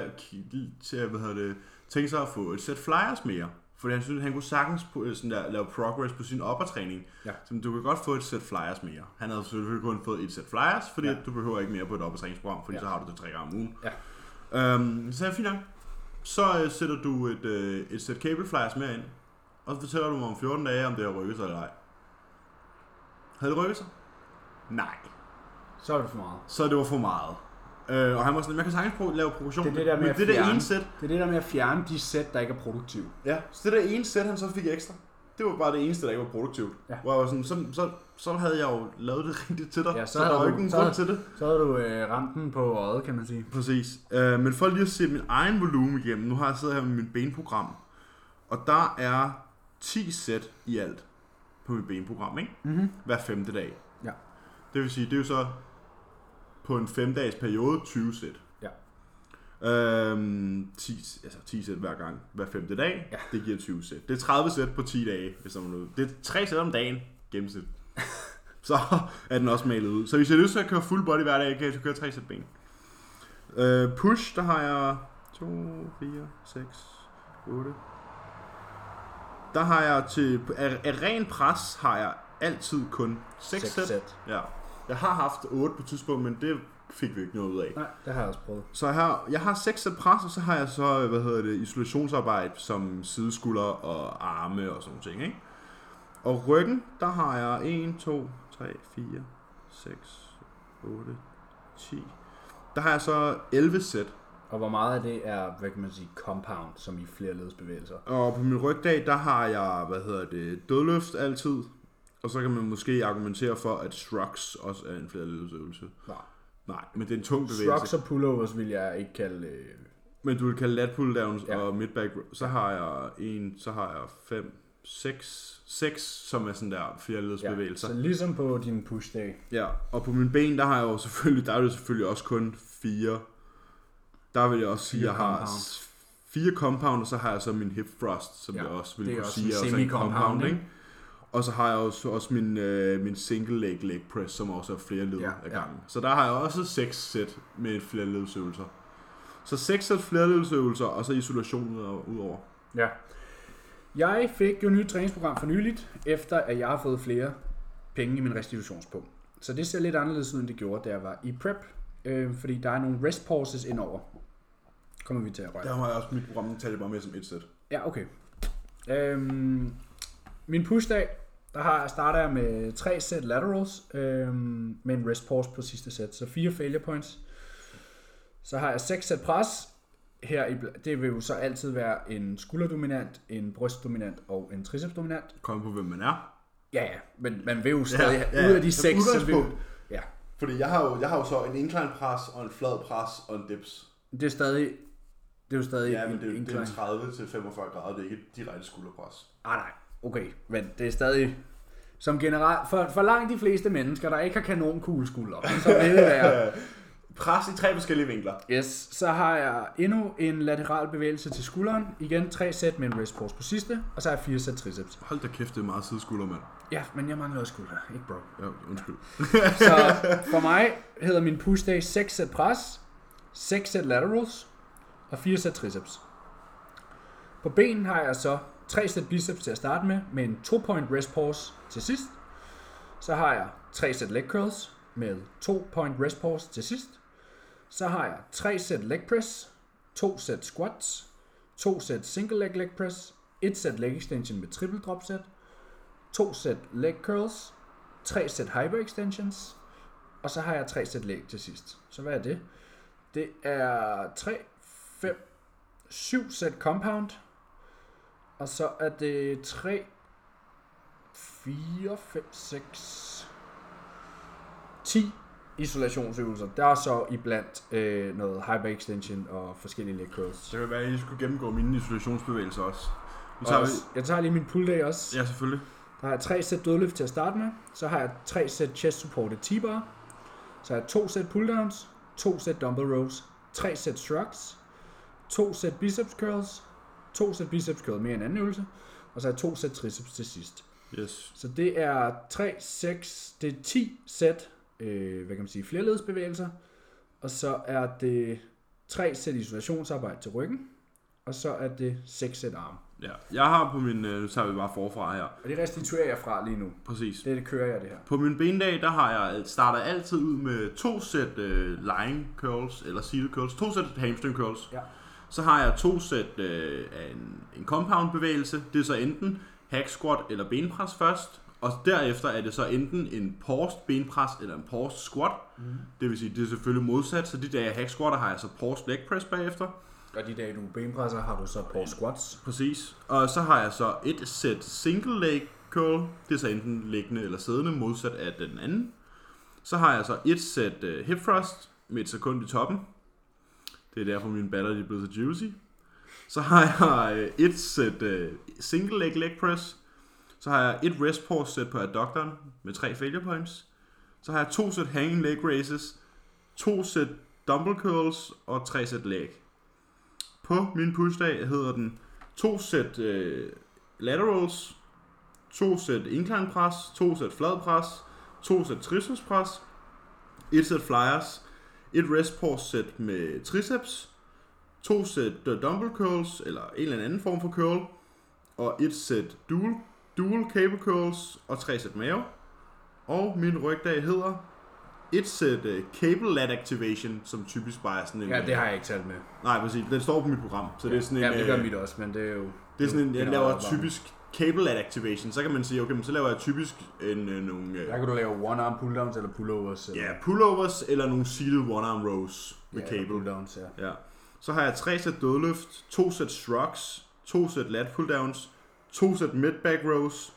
tænke sig at få et sæt flyers mere. Fordi han synes, han kunne sagtens lave progress på sin uppertræning. Ja. Så du kan godt få et sæt flyers mere. Han havde selvfølgelig kun fået et sæt flyers, fordi du behøver ikke mere på et uppertræningsprogram, fordi så har du det 3 gange om ugen. Ja. Så er det fint nok. Så sætter du et sæt cable flyers mere ind, og så fortæller du mig om 14 dage, om det har rykket sig eller ej. Havde det rykket sig? Nej. Så er det for meget. Så det var for meget. Og han var sådan, man kan sagtens lave progression. Det er det der med, det er det der med at fjerne de sæt, der ikke er produktive. Ja, så det der ene sæt, han så fik ekstra, det var bare det eneste, der ikke var produktivt. Ja. Hvor jeg var sådan, så havde jeg jo lavet det rigtigt til dig. Ja, så havde du ikke en grund til det. Så havde du ramt den på øjet, kan man sige. Præcis. Men for lige at se min egen volumen igennem, nu har jeg siddet her med mit benprogram, og der er 10 sæt i alt på mit benprogram, ikke? Mm-hmm. Hver 5. dag. Ja. Det vil sige, det er jo så på en 5-dages periode 20 sæt. Ja. 10 sæt hver gang, hver 5. dag, det giver 20 sæt. Det er 30 sæt på 10 dage, hvis der er noget. Det er 3 sæt om dagen, gennemsnit. Så er den også malet ud. Så hvis jeg har lyst til at køre full body hver dag, kan jeg køre 3 sæt ben. Push, der har jeg 2, 4, 6, 8. Der har jeg af ren pres har jeg altid kun 6 sæt. Ja. Jeg har haft 8 på tidspunkt, men det fik vi ikke noget ud af. Nej, det har jeg også prøvet. Så jeg har 6 sæt pres, og så har jeg så, isolationsarbejde som sideskulder og arme og sådan nogle ting, ikke? Og ryggen, der har jeg 1, 2, 3, 4, 6, 8, 10. Der har jeg så 11 sæt. Og hvor meget af det er, hvad kan man sige, compound, som i flere ledsbevægelser? Og på min rygdag, der har jeg, dødløft altid. Og så kan man måske argumentere for, at shrugs også er en flerledsøvelse. Nej, men det er en tung bevægelse. Shrugs og pullovers vil jeg ikke kalde... Men du vil kalde lat pulldowns og midback. Så har jeg 5, 6, som er sådan der flerledsbevægelser. Ja, så ligesom på din push-dag. Ja, og på mine ben, der har jeg jo selvfølgelig, også kun 4. Der vil jeg også sige, at jeg har 4 compound, og så har jeg så min hip thrust, som jeg også vil kunne sige er også en compound, ikke? Og så har jeg også min single leg press, som også er flere led af gangen. Så der har jeg også 6 sæt med flerledsøvelser. Så 6 sæt flerledsøvelser, og så isolation udover. Ja. Jeg fik jo et nyt træningsprogram for nyligt, efter at jeg har fået flere penge i min restitutionspunkt. Så det ser lidt anderledes ud, end det gjorde, da jeg var i prep. Fordi der er nogle rest pauses indover. Kommer vi til at røre. Der har jeg også mit program, der tager bare med som et sæt. Ja, okay. Min pushdag, starter jeg med 3 sæt laterals med en rest pause på sidste sæt. Så 4 failure points. Så har jeg 6 sæt pres. Det vil jo så altid være en skulderdominant, en brystdominant og en tricepsdominant. Kom på, hvem man er. Ja, men man vil jo stadig ud af de 6. Ja. Fordi jeg har jo så en incline pres og en flad pres og en dips. Det er jo stadig ja, men det er 30 til 45 grader, det er ikke et direkte skulderpres. Nej, okay, men det er stadig som generelt for langt de fleste mennesker, der ikke har kanonkugleskulder, så vil det være pres i 3 forskellige vinkler. Yes, så har jeg endnu en lateral bevægelse til skulderen, igen 3 sæt med en rest pause på sidste, og så har jeg 4 sæt triceps. Hold da kæft, det er meget sideskulder, mand. Ja, men jeg mangler også skulder, ikke bro? Ja, undskyld. Så for mig hedder min push day 6 sæt pres, 6 sæt laterals og 4 sæt triceps. På benen har jeg så 3 sæt biceps til at starte med en 2-point rest pause til sidst. Så har jeg 3 sæt leg curls med 2-point rest pause til sidst. Så har jeg 3 sæt leg press, 2 sæt squats, 2 sæt single leg press, 1 sæt leg extension med triple drop set, 2 sæt leg curls, 3 sæt hyper extensions, og så har jeg 3 sæt leg til sidst. Så hvad er det? Det er 3, 5, 7 sæt compound, og så er det 3, 4, 5, 6, 10 isolationsøvelser. Der er så iblandt noget hyper extension og forskellige leg curls. Det vil være, at I skulle gennemgå mine isolationsbevægelser også. Jeg tager lige min pull day også. Ja, selvfølgelig. Der har jeg 3 sæt dødløft til at starte med. Så har jeg 3 sæt chest supported T-bar. Så har jeg 2 sæt pulldowns, 2 sæt dumbbell rows, 3 sæt shrugs, 2 sæt biceps curls, 2 sæt biceps curl mere end anden øvelse, og så har jeg 2 sæt triceps til sidst. Yes. Så det er 3, 6, det er 10 sæt, flerledsbevægelser, og så er det 3 sæt isolationsarbejde til ryggen, og så er det 6 sæt arme. Ja, jeg har på min, nu tager vi bare forfra her. Og det restituerer jeg fra lige nu. Præcis. Det kører jeg det her. På min bendag, der har jeg starter altid ud med 2 sæt lying curls, eller seated curls, 2 sæt hamstring curls. Ja. Så har jeg 2 sæt af en compound bevægelse. Det er så enten hack squat eller benpres først. Og derefter er det så enten en paused benpres eller en paused squat. Det vil sige, det er selvfølgelig modsat. Så de dage jeg hack squatter, har jeg så paused leg press bagefter. Og de dage du benpresser, har du så paused squats. Præcis. Og så har jeg så et sæt single leg curl. Det er så enten liggende eller siddende, modsat af den anden. Så har jeg så et sæt hip thrust med 1 sekund i toppen. Det er derfor mine batter er blevet så juicy. Så har jeg et sæt single leg press. Så har jeg et rest pause sæt på adductoren med 3 failure points. Så har jeg 2 sæt hanging leg raises, 2 sæt dumbbell curls og 3 sæt leg. På min pushdag hedder den 2 sæt laterals, 2 sæt incline pres, 2 sæt flad pres, 2 sæt triceps pres, 1 sæt flyers, et rest pause sæt med triceps, 2 sæt dumbbell curls eller en eller anden form for curl, og et sæt dual cable curls og 3 sæt mave. Og min rygdag hedder et sæt cable lat activation, som typisk bare er sådan en... Ja, det har jeg ikke talt med. Nej, præcis. Den står på mit program. Så det er sådan en... Ja, det gør mit også, men det er jo... Det er sådan en... Jeg laver typisk cable lat activation. Så kan man sige, okay, men så laver jeg typisk nogle... Der kan du lave one-arm pulldowns eller pullovers. Eller... Ja, pullovers eller nogle seated one-arm rows med cable. Pulldowns, ja. Så har jeg 3 sæt dødløft, 2 sæt shrugs, 2 sæt lat pulldowns, 2 sæt mid-back rows,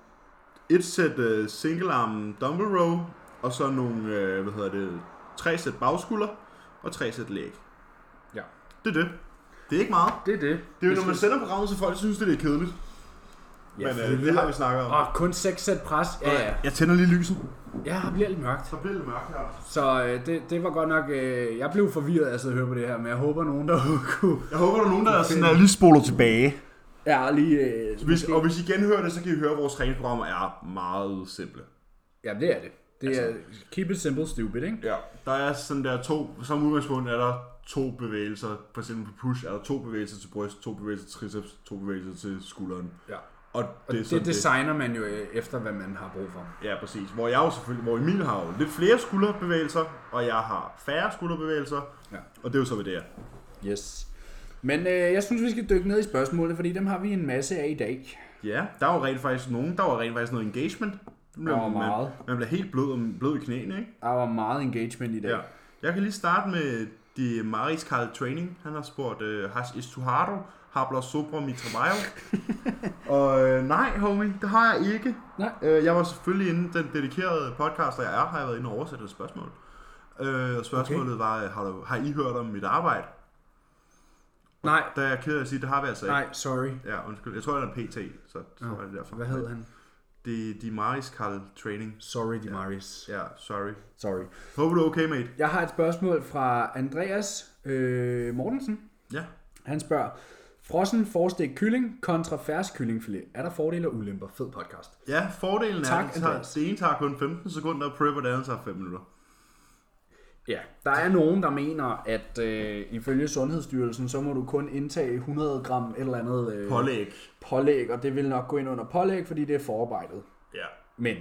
1 sæt single arm dumbbell row, og så nogle, 3 sæt bagskulder og 3 sæt leg. Ja. Det er det. Det er ikke meget. Det er det. Det er jo, når man sender programmet, så folk synes, det er kedeligt. Ja, men det har vi snakket om. Kun 6 sæt pres. Ja. Jeg tænder lige lyset. Ja, det bliver lidt mørkt. Så bliver det mørkt her. Så det var godt nok... jeg blev forvirret af at sidde og høre på det her, men jeg håber nogen, der kunne... Jeg håber, der er nogen, der sådan lige spoler tilbage. Ja, lige... Og hvis I genhører det, så kan I høre, at vores træningsprogrammer er meget simple. Ja, det er det. Det er keep it simple, stupid, ikke? Ja, der er sådan der 2... Som udgangspunkt er der 2 bevægelser. For eksempel på push er der 2 bevægelser til bryst, 2 bevægelser til triceps, 2 bevægelser til skulderen. Ja. Og det designer man jo efter, hvad man har brug for. Ja, præcis. Hvor Emil har jo lidt flere skulderbevægelser, og jeg har færre skulderbevægelser. Ja. Og det er jo så, hvad det er. Yes. Men jeg synes, vi skal dykke ned i spørgsmålene, fordi dem har vi en masse af i dag. Ja, der var rent faktisk noget engagement. Der var meget. Man bliver helt blød i knæene, ikke? Der var meget engagement i dag. Ja. Jeg kan lige starte med de Maris Karl Training. Han har spurgt, has istuhado, habler sobra mi trabajo? Og nej, homie, det har jeg ikke. Nej. Jeg var selvfølgelig inde, den dedikerede podcaster jeg har jeg været inde og oversætte et spørgsmål. Og spørgsmålet var, har I hørt om mit arbejde? Nej. Der er jeg ked af at sige, det har vi altså ikke. Nej, sorry. Ja, undskyld. Jeg tror, det er en PT, så er det derfor. Hvad hed han? De Maris Karl Training. Sorry, de Maris. Ja, sorry. Håber du er okay, mate. Jeg har et spørgsmål fra Andreas Mortensen. Ja. Han spørger, frossen forstegt kylling kontra fersk kyllingfilet. Er der fordele og ulemper? Fed podcast. Ja, fordelen er, at det ene tager kun 15 sekunder, og prep og det andet tager 5 minutter. Ja, der er nogen, der mener, at ifølge Sundhedsstyrelsen, så må du kun indtage 100 gram et eller andet pålæg, og det vil nok gå ind under pålæg, fordi det er forarbejdet. Ja. Men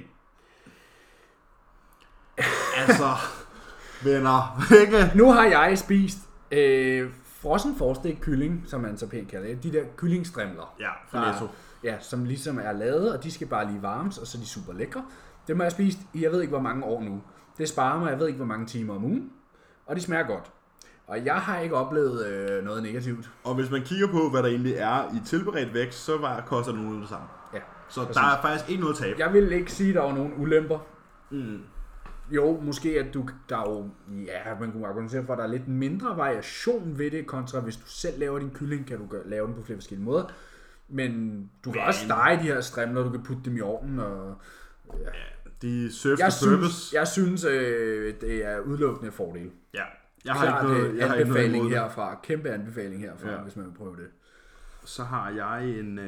altså, venner, ikke? Nu har jeg spist frossen forstik kylling, som man så pænt kalder det. De der kyllingstrimler. Ja, filetto. Ja, som ligesom er lavet, og de skal bare lige varmes, og så er de super lækre. Det må jeg spise i jeg ved ikke hvor mange år nu. Det sparer mig, jeg ved ikke hvor mange timer om ugen. Og de smager godt. Og jeg har ikke oplevet noget negativt. Og hvis man kigger på, hvad der egentlig er i tilberedt vækst, så koster det nogenlunde det samme. Ja, så præcis. Der er faktisk ikke noget tab. Jeg vil ikke sige, at der var nogen ulemper. Jo, måske at der er jo, man kunne argumentere for, at der er lidt mindre variation ved det, kontra hvis du selv laver din kylling, kan du lave den på flere forskellige måder. Men du kan også stege de her strimler, du kan putte dem i ovnen. Og, de serve the purpose. Jeg synes, det er udelukkende fordel. Ja. Jeg har anbefaling herfra. Kæmpe anbefaling herfra, hvis man vil prøve det. Så har jeg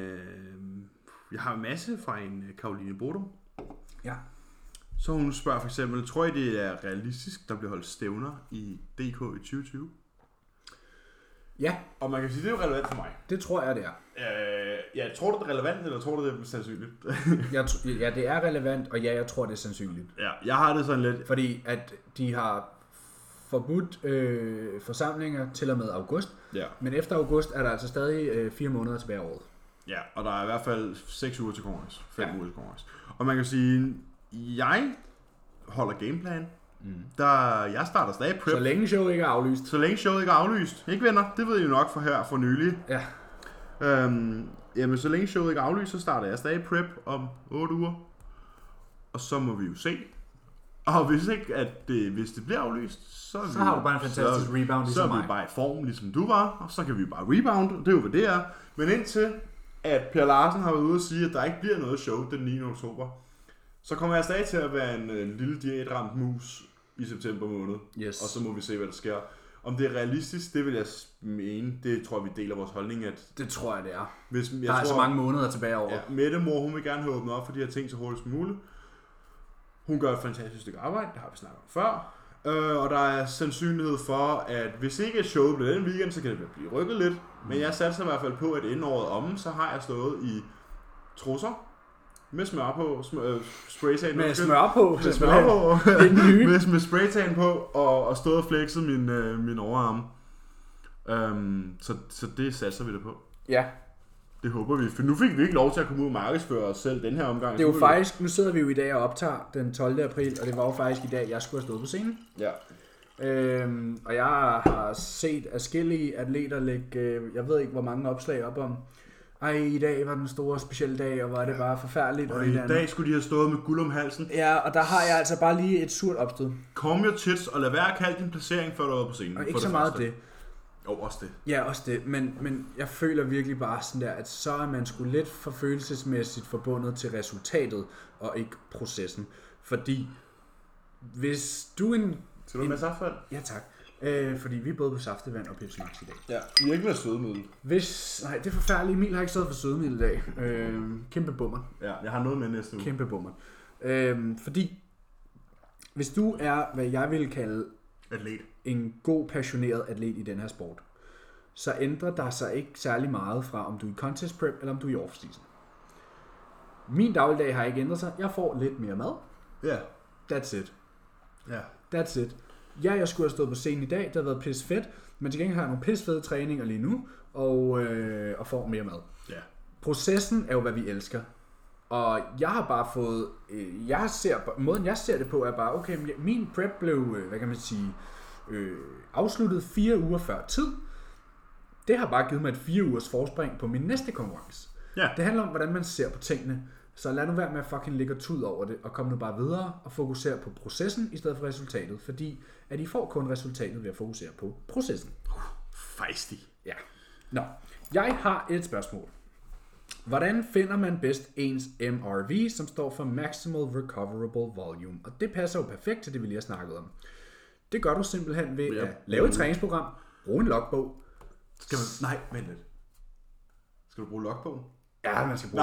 jeg har en masse fra en Caroline Bodum. Ja. Så hun spørger for eksempel, tror I det er realistisk, der bliver holdt stævner i DK i 2020? Ja. Og man kan sige, det er jo relevant for mig. Det tror jeg, det er. Tror du det er relevant, eller tror du det er sandsynligt? Ja, det er relevant, og ja, jeg tror det er sandsynligt. Ja, jeg har det sådan lidt. Fordi at de har forbudt forsamlinger til og med august. Ja. Men efter august er der altså stadig 4 måneder tilbage af året. Ja, og der er i hvert fald 6 uger til konkurrence. 5 uger til konkurrence. Og man kan sige, jeg holder gameplan. Jeg starter stadig prep. Så længe showet ikke er aflyst. Ikke venner, det ved I jo nok for nylig. Ja. Jamen, så længe showet ikke er aflyst, så starter jeg stadig prep om 8 uger. Og så må vi jo se. Og hvis det bliver aflyst, så har du bare en fantastisk rebound ligesom mig. Så er vi bare i form, ligesom du var, og så kan vi bare rebound. Det er jo, hvad det er. Men indtil at Per Larsen har været ude og sige, at der ikke bliver noget show den 9. oktober, så kommer jeg stadig til at være en lille diætramt mus i september måned. Yes. Og så må vi se, hvad der sker. Om det er realistisk, det vil jeg mene. Det tror jeg, vi deler vores holdning. Det tror jeg, det er. Der er så mange måneder tilbage over. Ja, Mette mor, hun vil gerne have åbnet op for de her ting så hurtigt som muligt. Hun gør et fantastisk stykke arbejde, det har vi snakket om før. Og der er sandsynlighed for, at hvis ikke showet bliver den weekend, så kan det blive rykket lidt. Men jeg satser i hvert fald på, at inden året om, så har jeg stået i trusser med smør på, spraytan. Med smør på? Med smør på. med spraytan på, og stået og flexet min overarm. Så det satser vi det på. Ja. Det håber vi, for nu fik vi ikke lov til at komme ud og markedsføre os selv den her omgang. Det er jo faktisk, nu sidder vi jo i dag og optager den 12. april, og det var jo faktisk i dag, jeg skulle have stået på scenen. Ja. Og jeg har set adskillige atleter lægge, jeg ved ikke hvor mange opslag op om, i dag var den store specielle dag, og var det bare forfærdeligt. Og i dag skulle de have stået med guld om halsen. Ja, og der har jeg altså bare lige et surt opstød. Kom your tits, og lad være at kalde din placering, før du er på scenen. Og ikke så meget det. Også det. Ja, også det. Men jeg føler virkelig bare sådan der, at så er man sgu lidt for følelsesmæssigt forbundet til resultatet, og ikke processen. Fordi hvis du Skal du med saftevand? Ja, tak. Fordi vi er både på saftevand og Pepsi Max i dag. Ja, vi har ikke med sødemiddel. Nej, det er forfærdeligt. Emil har ikke stået for sødemiddel i dag. Kæmpe bummer. Ja, jeg har noget med næste uge. Kæmpe bummer. Fordi hvis du er, hvad jeg vil kalde atlet, en god, passioneret atlet i den her sport, så ændrer der sig ikke særlig meget fra, om du er i contest prep, eller om du er i off-season. Min dagligdag har ikke ændret sig. Jeg får lidt mere mad. Ja. Yeah. That's it. Ja. Yeah. That's it. Ja, jeg skulle have stået på scenen i dag. Det har været pisse fedt. Men til gengæld har jeg nogle pisse fede træninger lige nu, og får mere mad. Ja. Yeah. Processen er jo, hvad vi elsker. Og jeg har bare fået, måden jeg ser det på er bare, okay, min prep blev, hvad kan man sige, afsluttet 4 uger før tid. Det har bare givet mig et 4 ugers forspring på min næste konkurrence. Ja. Det handler om, hvordan man ser på tingene. Så lad nu være med at fucking ligge og tud over det, og kom nu bare videre og fokusere på processen i stedet for resultatet. Fordi at I får kun resultatet ved at fokusere på processen. Feisty. Ja. Nå, jeg har et spørgsmål. Hvordan finder man bedst ens MRV, som står for Maximal Recoverable Volume? Og det passer jo perfekt til det, vi lige har snakket om. Det gør du simpelthen ved at lave et træningsprogram, bruge en logbog. Nej, vent lidt. Skal du bruge logbogen? Ja, man skal bruge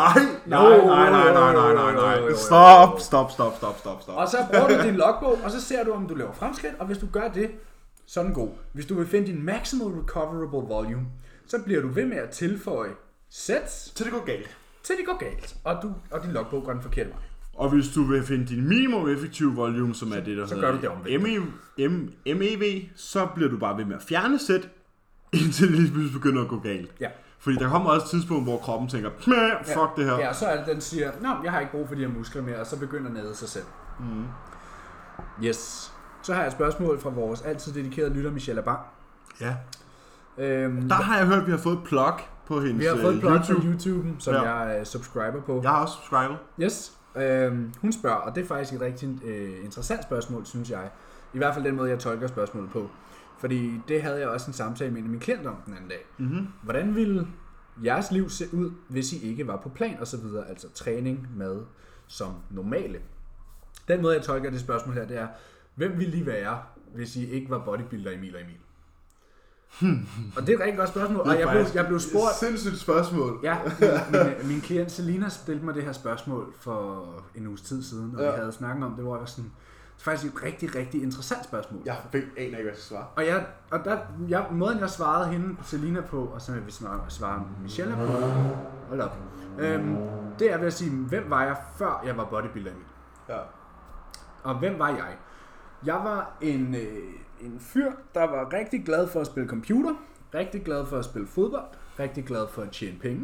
Nej. Stop. Og så bruger du din logbog, og så ser du, om du laver fremskridt, og hvis du gør det, så er den god. Hvis du vil finde din Maximal Recoverable Volume, så bliver du ved med at tilføje sets. Til det går galt. Og din logbog går den forkerte vej. Og hvis du vil finde din minimum effektive volume, som er det, der så gør du det omvendt. MEV, så bliver du bare ved med at fjerne sæt, Indtil det lige pludselig begynder at gå galt. Ja. Fordi der kommer også et tidspunkt, hvor kroppen tænker, fuck det her. Ja, så er det, den siger, jeg har ikke brug for de her muskler mere, og så begynder nede sig selv. Mm. Yes. Så har jeg et spørgsmål fra vores altid dedikerede lytter, Michelle Abang. Ja. Der har jeg hørt, at vi har fået et plug på hendes YouTube. Vi har fået et plug på YouTube, som jeg subscriber på. Jeg har også subscribet. Yes. Hun spørger, og det er faktisk et rigtig interessant spørgsmål, synes jeg. I hvert fald den måde, jeg tolker spørgsmålet på. Fordi det havde jeg også en samtale med en af mine klienter om den anden dag. Mm-hmm. Hvordan ville jeres liv se ud, hvis I ikke var på plan og så videre, altså træning, mad som normale? Den måde, jeg tolker det spørgsmål her, det er, hvem ville I være, hvis I ikke var bodybuilder Emil og Emil? Og det er et rigtig godt spørgsmål, og jeg blev spurgt... Sindssygt spørgsmål. Ja, min klient Selina stillede mig det her spørgsmål for en uges tid siden, og vi havde snakket om det, hvor jeg var sådan... Det er faktisk et rigtig, rigtig interessant spørgsmål. Jeg aner ikke, hvad jeg skal svare. Og måden jeg svarede hende, Selina på, og så vil vi svare Michelle på, hold op, det er ved at sige, hvem var jeg, før jeg var bodybuilder Emil? Ja. Og hvem var jeg? Jeg var en fyr, der var rigtig glad for at spille computer, rigtig glad for at spille fodbold, rigtig glad for at tjene penge,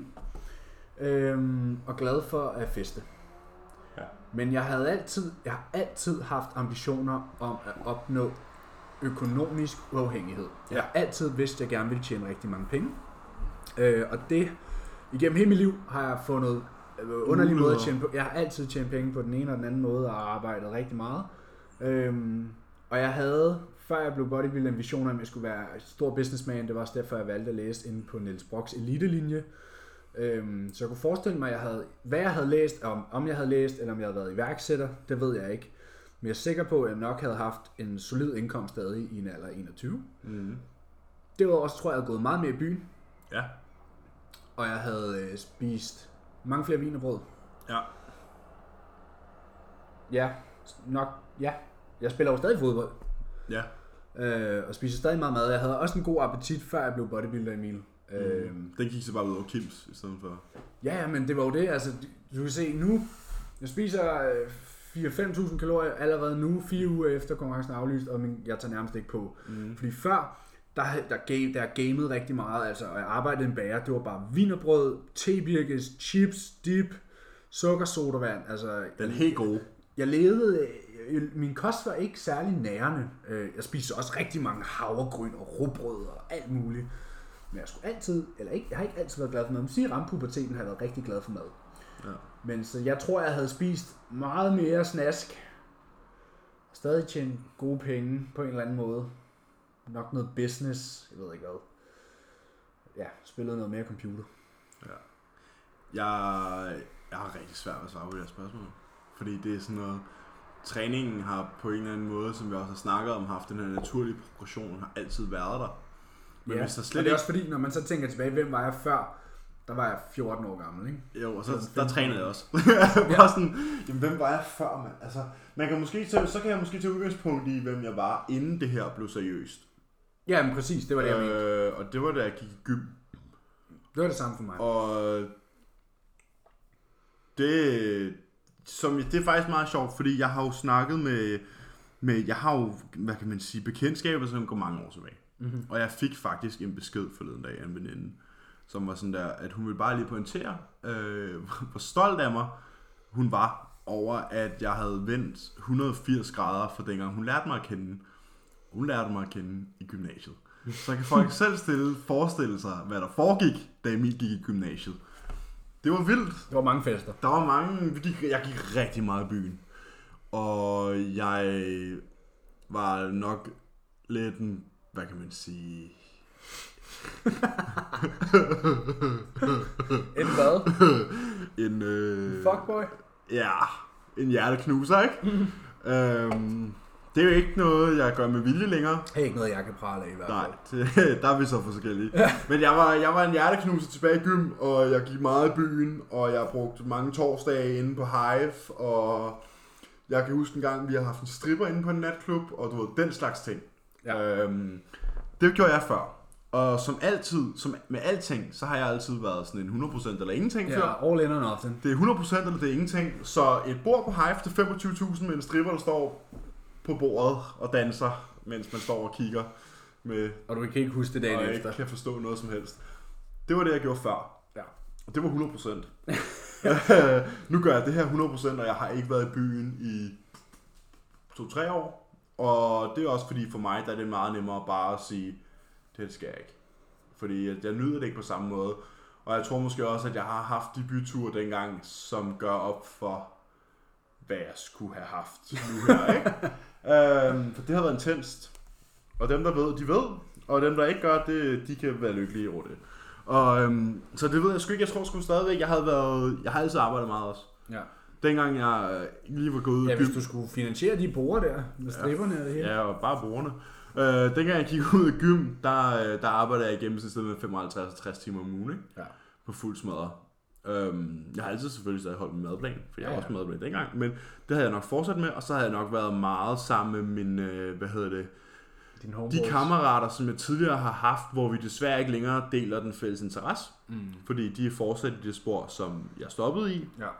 og glad for at feste. Ja. Men jeg har altid haft ambitioner om at opnå økonomisk uafhængighed. Jeg har altid vidst, at jeg gerne ville tjene rigtig mange penge. Og det, igennem hele mit liv, har jeg fundet underlig måde at tjene på. Jeg har altid tjent penge på den ene og den anden måde, og arbejdet rigtig meget. Og jeg havde, før jeg blev bodybuilder, en vision om, at jeg skulle være stor businessman. Det var også derfor, jeg valgte at læse inde på Niels Brocks elitelinje. Så jeg kunne forestille mig, hvad jeg havde læst, om jeg havde læst, eller om jeg havde været iværksætter, det ved jeg ikke. Men jeg er sikker på, at jeg nok havde haft en solid indkomst stadig i en alder af 21. Mm. Det var også, tror jeg, havde gået meget mere i byen. Ja. Og jeg havde spist mange flere wienerbrød. Ja. Ja, nok, ja. Jeg spiller jo stadig fodbold. Ja. Og spiser stadig meget mad. Jeg havde også en god appetit, før jeg blev bodybuilder, Emil. Den gik så bare ud over Kims i stedet for. Ja, men det var jo det. Altså, du kan se nu, jeg spiser 4-5.000 kalorier allerede nu, 4 uger efter konkurrencen er aflyst, og jeg tager nærmest ikke på. Fordi før, der gamede rigtig meget, altså, og jeg arbejdede i en bager, det var bare wienerbrød, tebirkes, chips, dip, sukkersodavand. Altså, den er helt god. Jeg levede, min kost var ikke særlig nærende. Jeg spiste også rigtig mange havregryn og rugbrød og alt muligt. Men jeg har ikke altid været glad for mad. Man siger, rampuberteten har jeg været rigtig glad for mad. Ja. Men så jeg tror, jeg havde spist meget mere snask. Stadig tjent gode penge på en eller anden måde. Nok noget business, jeg ved ikke hvad. Ja, spillet noget mere computer. Ja. Jeg har rigtig svært at svare på det her spørgsmål. Fordi det er sådan noget... Træningen har på en eller anden måde, som vi også har snakket om, haft den her naturlige progression, har altid været der. Men ja, hvis der slet og det er også fordi, når man så tænker tilbage, hvem var jeg før? Der var jeg 14 år gammel, ikke? Jo, og så der trænede jeg også. Bare sådan, jamen, hvem var jeg før, mand? Altså, så kan jeg måske tage udgangspunkt i, hvem jeg var, inden det her blev seriøst. Ja, men præcis, det var det, jeg mente. Og det var da jeg gik i gym. Det var det samme for mig. Og det er faktisk meget sjovt, fordi jeg har jo snakket med jeg har jo, hvad kan man sige, bekendtskaber, som går mange år tilbage. Mm-hmm. Og jeg fik faktisk en besked forleden dag af en veninde, som var sådan der, at hun ville bare lige pointere, hvor stolt af mig hun var over, at jeg havde vendt 180 grader fra dengang hun lærte mig at kende. Hun lærte mig at kende i gymnasiet. Så kan folk selv forestille sig, hvad der foregik, da Emil gik i gymnasiet. Det var vildt. Der var mange fester. Der var mange. Jeg gik rigtig meget i byen. Og jeg var nok lidt en, hvad kan man sige... En hvad? En fuckboy? Ja, en hjerteknuser, ikke? Det er jo ikke noget, jeg gør med vilje længere. Det er ikke noget, jeg kan prale af i hvert fald. Nej, der er vi så forskellige. Men jeg var en hjerteknuser tilbage i gym, og jeg gik meget i byen, og jeg brugte mange torsdage inde på Hive, og jeg kan huske en gang, vi har haft en stripper inde på en natklub, og du ved, den slags ting. Ja. Det gjorde jeg før. Og som med alting, så har jeg altid været sådan en 100% eller ingenting før. Ja, all in or nothing. Det er 100% eller det er ingenting. Så et bord på Hive til 25.000 med en stripper, der står på bordet og danser, mens man står og kigger. Og du kan ikke huske det dagen efter. Og jeg ikke kan forstå noget som helst. Det var det, jeg gjorde før. Ja. Og det var 100%. Nu gør jeg det her 100%, og jeg har ikke været i byen i 2-3 år. Og det er også fordi for mig, der er det meget nemmere bare at sige, det skal jeg ikke. Fordi jeg nyder det ikke på samme måde. Og jeg tror måske også, at jeg har haft de byture dengang, som gør op for, hvad jeg skulle have haft nu her, ikke? For det har været intenst. Og dem, der ved, de ved. Og dem, der ikke gør det, de kan være lykkelige over det. Og så det ved jeg sgu ikke. Jeg tror sgu stadigvæk, jeg har altid arbejdet meget også. Ja. Dengang jeg lige var gået ud af hvis du skulle finansiere de borer der, med stripperne og det hele. Ja, og bare borerne. Dengang jeg gik ud af gym, der arbejdede jeg i gennemsnit med 55-60 timer om ugen, ikke? Ja. På fuld smadre. Jeg har altid selvfølgelig stadig holdt min madplan, for jeg har også madplan dengang, men det havde jeg nok fortsat med, og så havde jeg nok været meget sammen med min, de kammerater, som jeg tidligere har haft, hvor vi desværre ikke længere deler den fælles interesse, fordi de er fortsat i det spor, som jeg stoppede i. Ja.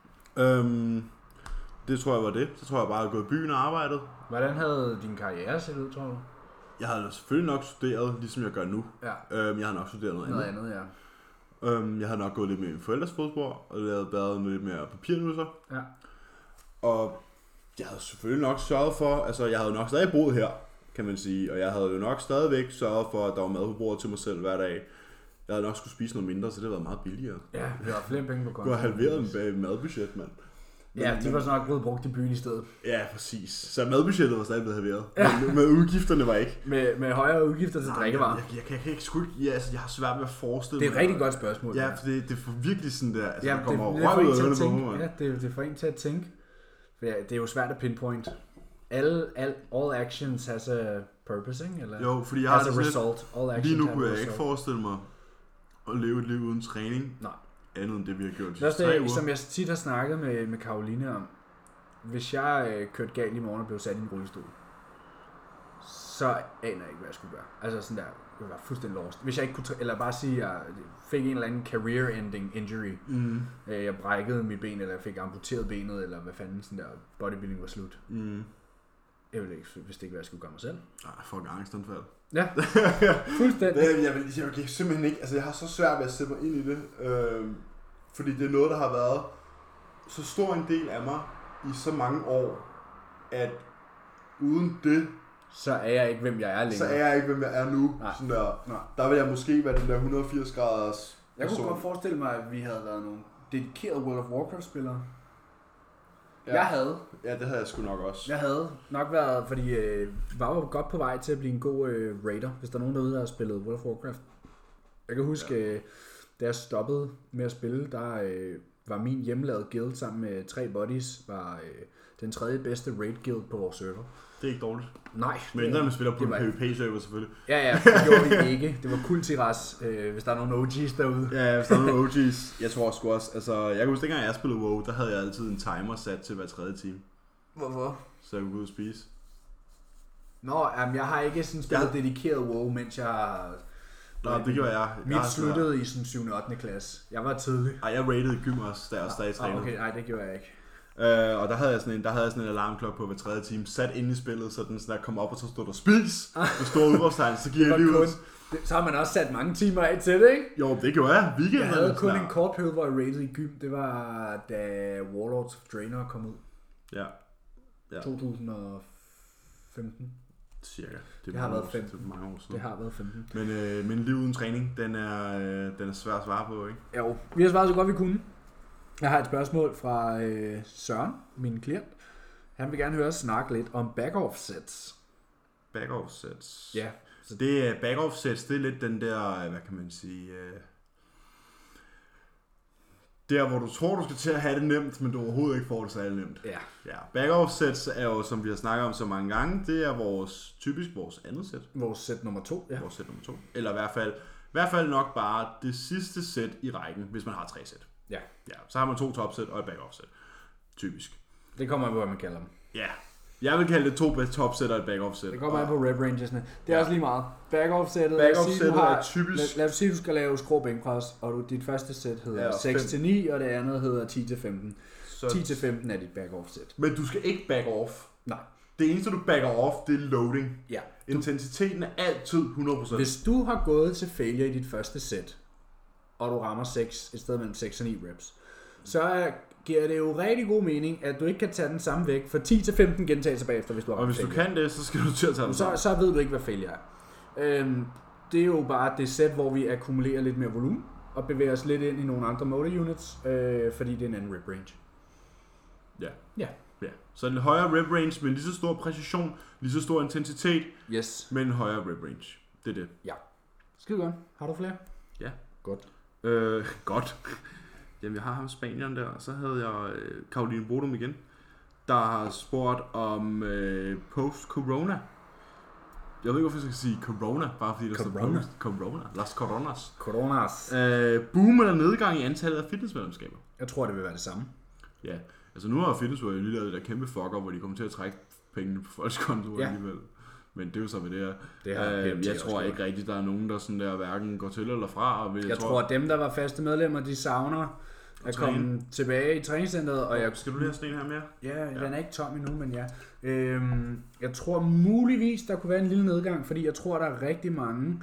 Det tror jeg var det. Så tror jeg bare, at jeg gået i byen og arbejdet. Hvordan havde din karriere set ud, tror du? Jeg havde selvfølgelig nok studeret, ligesom jeg gør nu. Ja. Jeg havde nok studeret noget andet. Ja. Jeg havde nok gået lidt mere i mine forældres fodspor, og lavet bedre lidt mere papirnusser. Ja. Og jeg havde selvfølgelig nok sørget for, altså jeg havde nok stadig boet her, kan man sige, og jeg havde jo nok stadigvæk sørget for, at der var mad på bordet til mig selv hver dag. Jeg havde nok skulle spise noget mindre, så det havde været meget billigere. Ja, vi har flere penge på konto. Du har halveret en madbudget, mand. Ja, de var så nok blevet brugt i byen i stedet. Ja, præcis. Så madbudgettet var stadig blevet halveret. Ja. Men udgifterne var ikke. Med højere udgifter til drikkevarer. Jeg kan ikke sgu ikke. Ja, altså, jeg har svært ved at forestille mig. Det er et rigtig godt spørgsmål. Ja, for det er for virkelig sådan der. Altså, ja, der kommer røv ud af ørerne på mig. Ja, det er for en til at tænke. For ja, det er jo svært at pinpoint. All actions has a purpose, ikke? Eller jo, fordi jeg har det result. Lige nu kunne jeg ikke forestille mig at leve et liv uden træning. Nej. Andet end det, vi har gjort de 3 uger. Som jeg tit har snakket med Karoline om. Hvis jeg kørte galt i morgen og blev sat i en rullestol, så aner jeg ikke, hvad jeg skulle gøre. Altså sådan der, jeg var fuldstændig lost. Hvis jeg ikke kunne, eller bare sige, at jeg fik en eller anden career-ending injury. Jeg brækkede mit ben, eller jeg fik amputeret benet, eller hvad fanden, sådan der, bodybuilding var slut. Jeg vidste ikke, hvad jeg skulle gøre mig selv. Nej, fucking angstanfald. Ja, fuldstændig. Jeg kan simpelthen ikke, altså jeg har så svært ved at sætte mig ind i det, fordi det er noget, der har været så stor en del af mig i så mange år, at uden det, så er jeg ikke, hvem jeg er længere. Så er jeg ikke, hvem jeg er nu. Sådan der vil jeg måske være den der 180 graders Jeg kunne godt forestille mig, at vi havde været nogle dedikerede World of Warcraft-spillere. Ja. Jeg havde. Ja, det havde jeg sgu nok også. Jeg havde nok været, fordi var jo godt på vej til at blive en god raider, hvis der er nogen derude, der har spillet World of Warcraft. Jeg kan huske, da jeg stoppede med at spille, der var min hjemmelavede guild sammen med 3 buddies, var den 3. bedste raid guild på vores server. Det er ikke dårligt. Nej. Men når man spiller på en PvP-server selvfølgelig. Ja, det gjorde vi ikke. Det var Kultiras, hvis der er nogle OG's derude. Ja, hvis der er nogle OG's. Jeg tror sgu også, altså jeg kan huske, dengang jeg spillede WoW, der havde jeg altid en timer sat til hver 3. time. Hvorfor? Så jeg kunne gå ud og spise. Nå, jamen jeg har ikke sådan spillet dedikeret WoW, mens jeg... Nå, det gjorde jeg. Mit sluttede i sådan 7. og 8. klasse. Jeg var tidlig. Ej, jeg raidede gym også, da jeg stadig trænede. Okay, nej, det gjorde jeg ikke. Og der havde jeg sådan en alarmklokke på hver 3. time, sat inde i spillet, så den sådan der kom op, og så stod der spis, med store udråbstegn, så giver jeg lige ud. Så har man også sat mange timer af til det, ikke? Jo, det gjorde jeg. Jeg havde kun en kort periode, hvor jeg raidede i gym. Det var da Warlords of Draenor kom ud. Ja. 2015. Cirka. Det har været 15. Mange år siden. Det har været 15. Men liv uden træning, den er svær at svare på, ikke? Jo, vi har svaret så godt vi kunne. Jeg har et spørgsmål fra Søren, min klient. Han vil gerne høre os snakke lidt om back-off sets. Back-off sets? Ja. Så det er back-off sets, det er lidt den der, hvad kan man sige... Der, hvor du tror, du skal til at have det nemt, men du overhovedet ikke får det særlig nemt. Ja. Back-off sets er jo, som vi har snakket om så mange gange, det er typisk vores andet sæt. Vores sæt nummer 2, ja. Vores sæt nummer 2. Eller i hvert fald nok bare det sidste sæt i rækken, hvis man har 3 sæt. Ja. Så har man 2 topsæt og et back-off sæt. Typisk. Det kommer an på, hvad man kalder dem. Ja. Jeg vil kalde det 2 topsæt og et back-off sæt. Det kommer an på rep rangesne. Det er også lige meget. Back-off sættet er typisk. Lad os sige, du skal lave skrå bænkpres, og dit første sæt hedder 6-9, og det andet hedder 10-15. 10-15 er dit back-off sæt. Men du skal ikke back-off. Nej. Det eneste, du backer off, det er loading. Ja. Intensiteten er altid 100%. Hvis du har gået til failure i dit første sæt, og du rammer 6, et sted mellem 6 og 9 reps, så giver det jo rigtig god mening, at du ikke kan tage den samme vægt for 10 til 15 gentagelser bagefter, hvis du har ramt failure. Og hvis du kan det, så skal du til at tage den så ved du ikke, hvad failure er. Det er jo bare det sæt, hvor vi akkumulerer lidt mere volumen, og bevæger os lidt ind i nogle andre motor units, fordi det er en anden rep range. Ja. Så en højere rep range med lige så stor præcision, lige så stor intensitet, med en højere rep range. Det er det. Ja. Skide godt. Har du flere? Ja. Godt. Godt. Jamen, jeg har ham Spanieren der, og så havde jeg Caroline Bodum igen, der har spurgt om post-corona. Jeg ved ikke, hvorfor jeg skal sige corona, bare fordi der står post-corona. Las coronas. Boom eller nedgang i antallet af fitnessmedlemskaber? Jeg tror, det vil være det samme. Ja, altså nu har Fitness World lige lavet det der kæmpe fucker, hvor de kommer til at trække pengene på folks kontoer alligevel. Men det er jo så, hvad det er. Jeg tror ikke rigtigt, der er nogen, der sådan der hverken går til eller fra. Og jeg tror, at dem, der var faste medlemmer, de savner at komme tilbage i træningscenteret. Og skal du lige have sådan en her mere? Ja, den er ikke tom endnu, men ja. Jeg tror muligvis, der kunne være en lille nedgang, fordi jeg tror, der er rigtig mange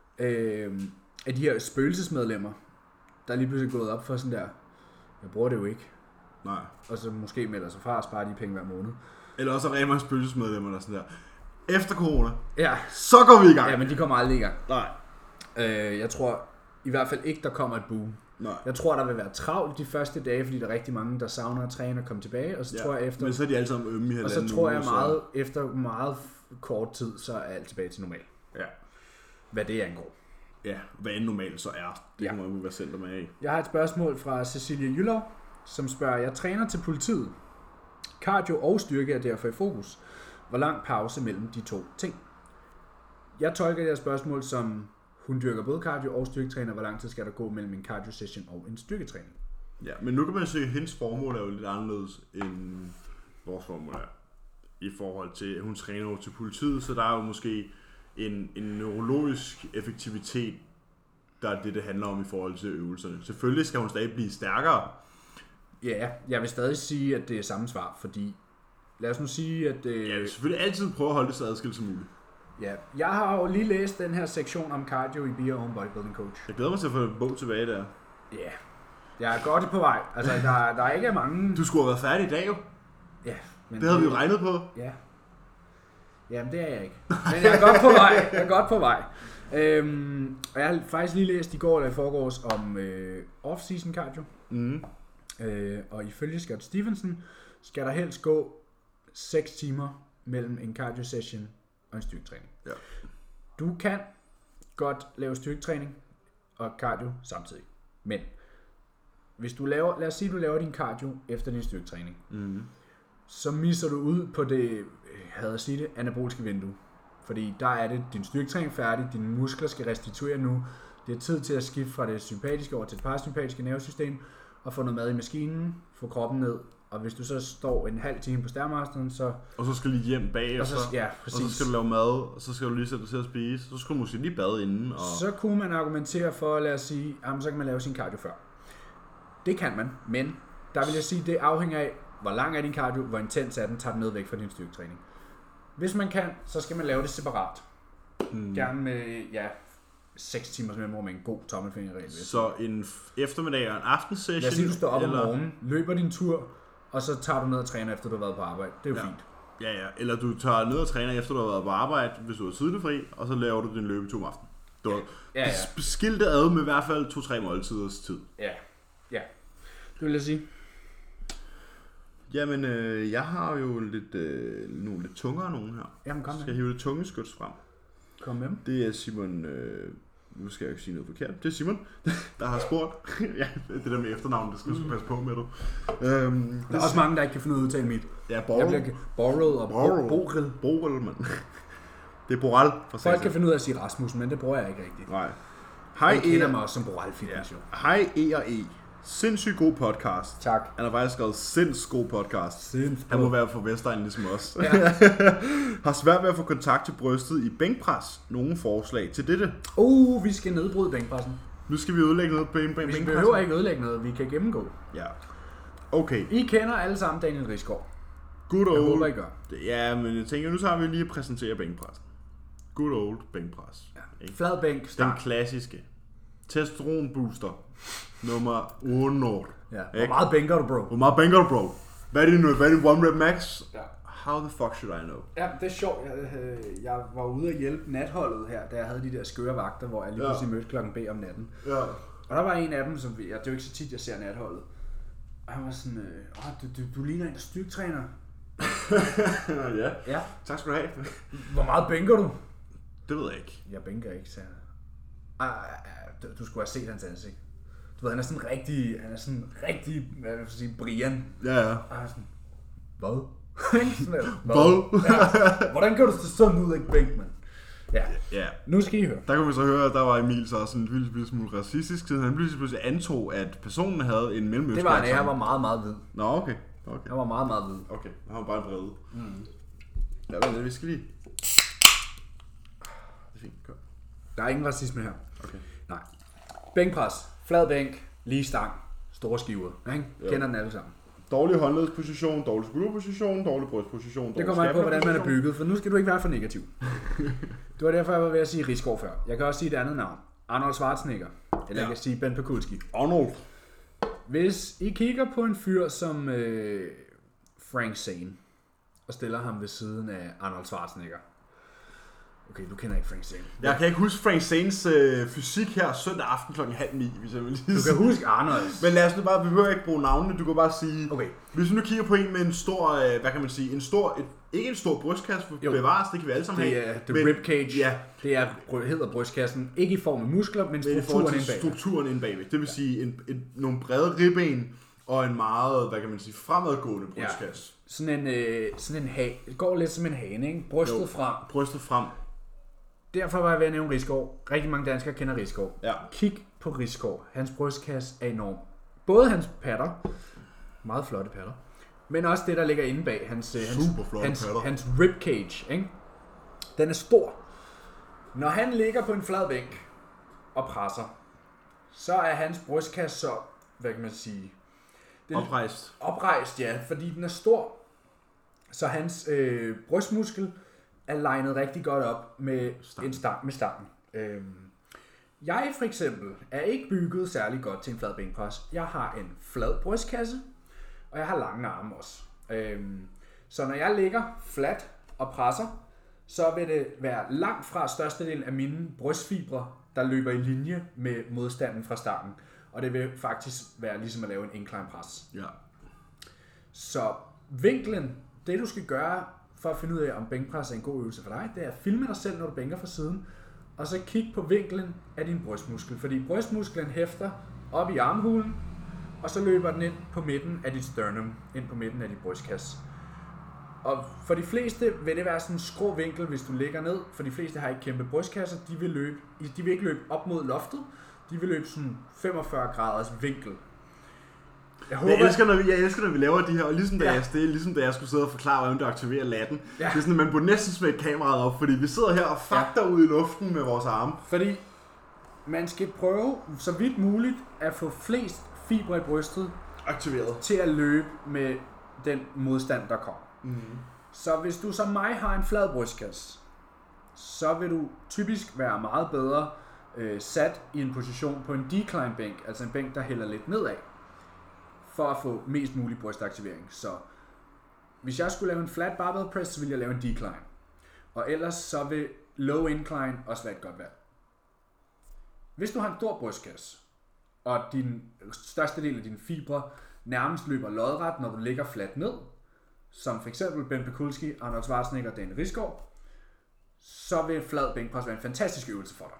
af de her spøgelsesmedlemmer, der er lige pludselig gået op for sådan der, jeg bruger det jo ikke. Nej. Og så måske melder sig fra og sparer de penge hver måned. Eller også er rigtig mange spøgelsesmedlemmer, der sådan der, efter corona, så går vi i gang. Ja, men de kommer aldrig i gang. Nej. Jeg tror i hvert fald ikke, der kommer et boom. Nej. Jeg tror, der vil være travlt de første dage, fordi der er rigtig mange, der savner at træne og komme tilbage. Og så tror jeg efter... Men så er de alle sammen ømme i halvanden. Og så tror jeg meget, efter meget kort tid, så er alt tilbage til normal. Ja. Hvad det angår. Ja, hvad end normalt så er. Det må vi være selv med af. Jeg har et spørgsmål fra Cecilie Jylov, som spørger, jeg træner til politiet. Cardio og styrke er derfor i fokus. Hvor lang pause mellem de to ting? Jeg tolker det her spørgsmål som, hun dyrker både cardio og styrketræner. Hvor lang tid skal der gå mellem en cardio session og en styrketræning? Ja, men nu kan man se, at hendes formål er jo lidt anderledes end vores formål er. I forhold til, at hun træner jo til politiet, så der er jo måske en neurologisk effektivitet, der er det handler om i forhold til øvelserne. Selvfølgelig skal hun stadig blive stærkere. Ja, jeg vil stadig sige, at det er samme svar, fordi lad os nu sige, at... Ja, vi selvfølgelig altid prøve at holde det så adskilt som muligt. Ja, jeg har jo lige læst den her sektion om cardio i Be Your Own Bodybuilding Coach. Jeg glæder mig til at få en bog tilbage der. Ja, jeg er godt på vej. Altså, der er ikke mange... Du skulle have været færdig i dag jo. Ja. Men det havde vi jo regnet på. Ja. Jamen, det er jeg ikke. Men jeg er godt på vej. Og jeg har faktisk lige læst i går eller i forgårs om off-season cardio. Og ifølge Scott Stevenson skal der helst gå 6 timer mellem en cardio session og en styrketræning. Ja. Du kan godt lave styrketræning og cardio samtidig. Men hvis du laver, lad os sige, du laver din cardio efter din styrketræning, så misser du ud på det, anaboliske vindue. Fordi der er det, din styrketræning færdig, dine muskler skal restituere nu. Det er tid til at skifte fra det sympatiske over til det parasympatiske nervesystem, og få noget mad i maskinen, få kroppen ned. Og hvis du så står en halv time på Stairmasteren, så... Og så skal du hjem bagefter, og så skal du lave mad, og så skal du lige sætte dig til at spise, så skal du måske lige bade inden. Og... Så kunne man argumentere for, lad os sige, så kan man lave sin cardio før. Det kan man, men der vil jeg sige, det afhænger af, hvor lang er din cardio, hvor intens er den, tager den ned væk fra din styrketræning. Hvis man kan, så skal man lave det separat. Gerne med, 6 timers mellemrum med en god tommelfingerregel. Så en eftermiddag og en aftensession? Lad os sige, du står op om morgenen, løber din tur, og så tager du ned og træner, efter du har været på arbejde. Det er jo fint. Ja. Eller du tager ned og træner, efter du har været på arbejde, hvis du er tidlig fri, og så laver du din løbetur om aftenen. Du skil det ad med i hvert fald 2-3 måltiders tid. Ja. Det vil jeg sige. Jamen, jeg har jo nogle lidt tungere nogen her. Jamen, kom med. Skal jeg hive det tunge skyts frem? Kom med dem. Det er Simon... nu skal jeg ikke sige noget forkert. Det er Simon, der har spurgt. Ja, det der med efternavn, det skal du passe på med, du. Der er også mange, der ikke kan finde ud af at udtale mit. Ja, Borrell og Borrell. Borrell, mand. Det er Borrell. Folk kan finde ud af at sige Rasmussen, men det bruger jeg ikke rigtigt. Nej. Jeg kender mig også som Borrell Fitness, jo. Hej E og E. Sindssygt god podcast. Tak. Han har faktisk skrevet sindssygt god podcast. Han må være fra Vestegn ligesom os. Ja. Har svært ved at få kontakt til brystet i bænkpres. Nogle forslag til dette? Vi skal nedbryde bænkpressen. Nu skal vi ødelægge noget på bænkpressen. Vi behøver ikke ødelægge noget, vi kan gennemgå. Ja. Okay. I kender alle sammen Daniel Risgaard. Good old. Jeg håber, I gør. Ja, men jeg tænker, nu tager vi lige at præsentere bænkpressen. Good old bænkpres. Ja. Flad bænk, start. Den klassiske. Testosteron booster. Nummer 1. Ja. Hvor meget bænker du, bro? Hvor meget bænker du, bro? Hvad er det one rep max? Ja. How the fuck should I know? Ja, det er sjovt. Jeg var ude at hjælpe natholdet her, da jeg havde de der skøre vagter, hvor jeg lige pludselig mødte klokken B om natten. Ja. Og der var en af dem, som det er jo ikke så tit, jeg ser natholdet. Og han var sådan, du ligner en, der styrketræner. Ja. Tak skal du have. Hvor meget bænker du? Det ved jeg ikke. Jeg bænker ikke, sagde han. Du skulle have set hans ansigt. Du ved, han er sådan rigtig, hvad vil jeg sige, Brian. Ja. Og han er sådan, hvad? Hvad? Ja. Hvordan kan du stå sådan ud, ikke bænk, mand? Ja. Nu skal I høre. Der kan vi så høre, at der var Emil så sådan en lille smule racistisk, siden han pludselig antog, at personen havde en mellemøstlig. Det var han, jeg var meget hvid. Nå, okay. Jeg var meget hvid. Okay, han var bare en vrede. Ja, hvad er det, vi skal lige? Det er fint, godt. Der er ingen racisme her. Okay. Nej. Bænkpres, flad bænk, lige stang, store skiver. Ikke? Kender den alle sammen. Dårlig håndledsposition, dårlig skulderposition, dårlig brystposition. Det kommer an på, hvordan man er bygget, for nu skal du ikke være for negativ. Det var derfor, jeg var ved at sige Rigsgaard før. Jeg kan også sige et andet navn. Arnold Schwarzenegger. Eller jeg kan sige Ben Pakulski. Arnold. Hvis I kigger på en fyr som Frank Zane, og stiller ham ved siden af Arnold Schwarzenegger. Okay, du kender ikke Frank Zane. Jeg kan ikke huske Frank Zanes fysik her søndag aften kl. 8:30, hvis jeg vil lige sige. Du kan huske Arnolds. Men lad os nu bare, vi behøver ikke bruge navnene, du kan bare sige, okay. Hvis du nu kigger på en med en stor, hvad kan man sige, ikke en stor brystkasse, bevares, det kan vi alle sammen have. Det er ribcage, ja. Det hedder brystkassen, ikke i form af muskler, men strukturen inde bagved. Det vil sige nogle brede ribben og en meget, hvad kan man sige, fremadgående brystkasse. Sådan en går lidt som en hane, ikke? Brystet frem. Derfor var jeg ved at nævne Rigsgaard. Rigtig mange danskere kender Rigsgaard. Ja. Kig på Rigsgaard. Hans brystkasse er enorm. Både hans patter, meget flotte patter, men også det, der ligger inde bag. Hans ribcage, ikke? Den er stor. Når han ligger på en flad bænk og presser, så er hans brystkasse så, hvad kan man sige? Oprejst, ja, fordi den er stor. Så hans brystmuskel er legnet rigtig godt op med stangen. Jeg for eksempel er ikke bygget særlig godt til en flad bænkpres. Jeg har en flad brystkasse, og jeg har lange arme også. Så når jeg ligger fladt og presser, så vil det være langt fra størstedelen af mine brystfibre, der løber i linje med modstanden fra stangen. Og det vil faktisk være ligesom at lave en incline pres. Ja. Så vinklen, det du skal gøre for at finde ud af, om bænkpres er en god øvelse for dig, det er at filme dig selv, når du bænker fra siden, og så kig på vinklen af din brystmuskel. Fordi brystmusklen hæfter op i armhulen, og så løber den ind på midten af dit sternum, ind på midten af dit brystkasse. Og for de fleste vil det være sådan en skrå vinkel, hvis du ligger ned. For de fleste har ikke kæmpe brystkasser, de vil ikke løbe op mod loftet, de vil løbe sådan 45 graders vinkel. Jeg elsker, når vi laver de her, og ligesom da jeg skulle sidde og forklare, hvordan du aktiverer latten. Ja. Det er sådan, at man burde næsten smække kameraet op, fordi vi sidder her og fakter ud i luften med vores arme. Fordi man skal prøve, så vidt muligt, at få flest fibre i brystet aktiveret til at løbe med den modstand, der kommer. Mm-hmm. Så hvis du som mig har en flad brystkasse, så vil du typisk være meget bedre sat i en position på en decline bænk, altså en bænk, der hælder lidt nedad, for at få mest mulig brystaktivering. Så hvis jeg skulle lave en flat barbell press, så ville jeg lave en decline. Og ellers så vil low incline også være et godt valg. Hvis du har en stor brystkasse, og din største del af dine fibre nærmest løber lodret, når du ligger fladt ned, som for eksempel Ben Pakulski, Arnold Schwarzenegger og Daniel Rigsgaard, så vil flad bænkpres være en fantastisk øvelse for dig.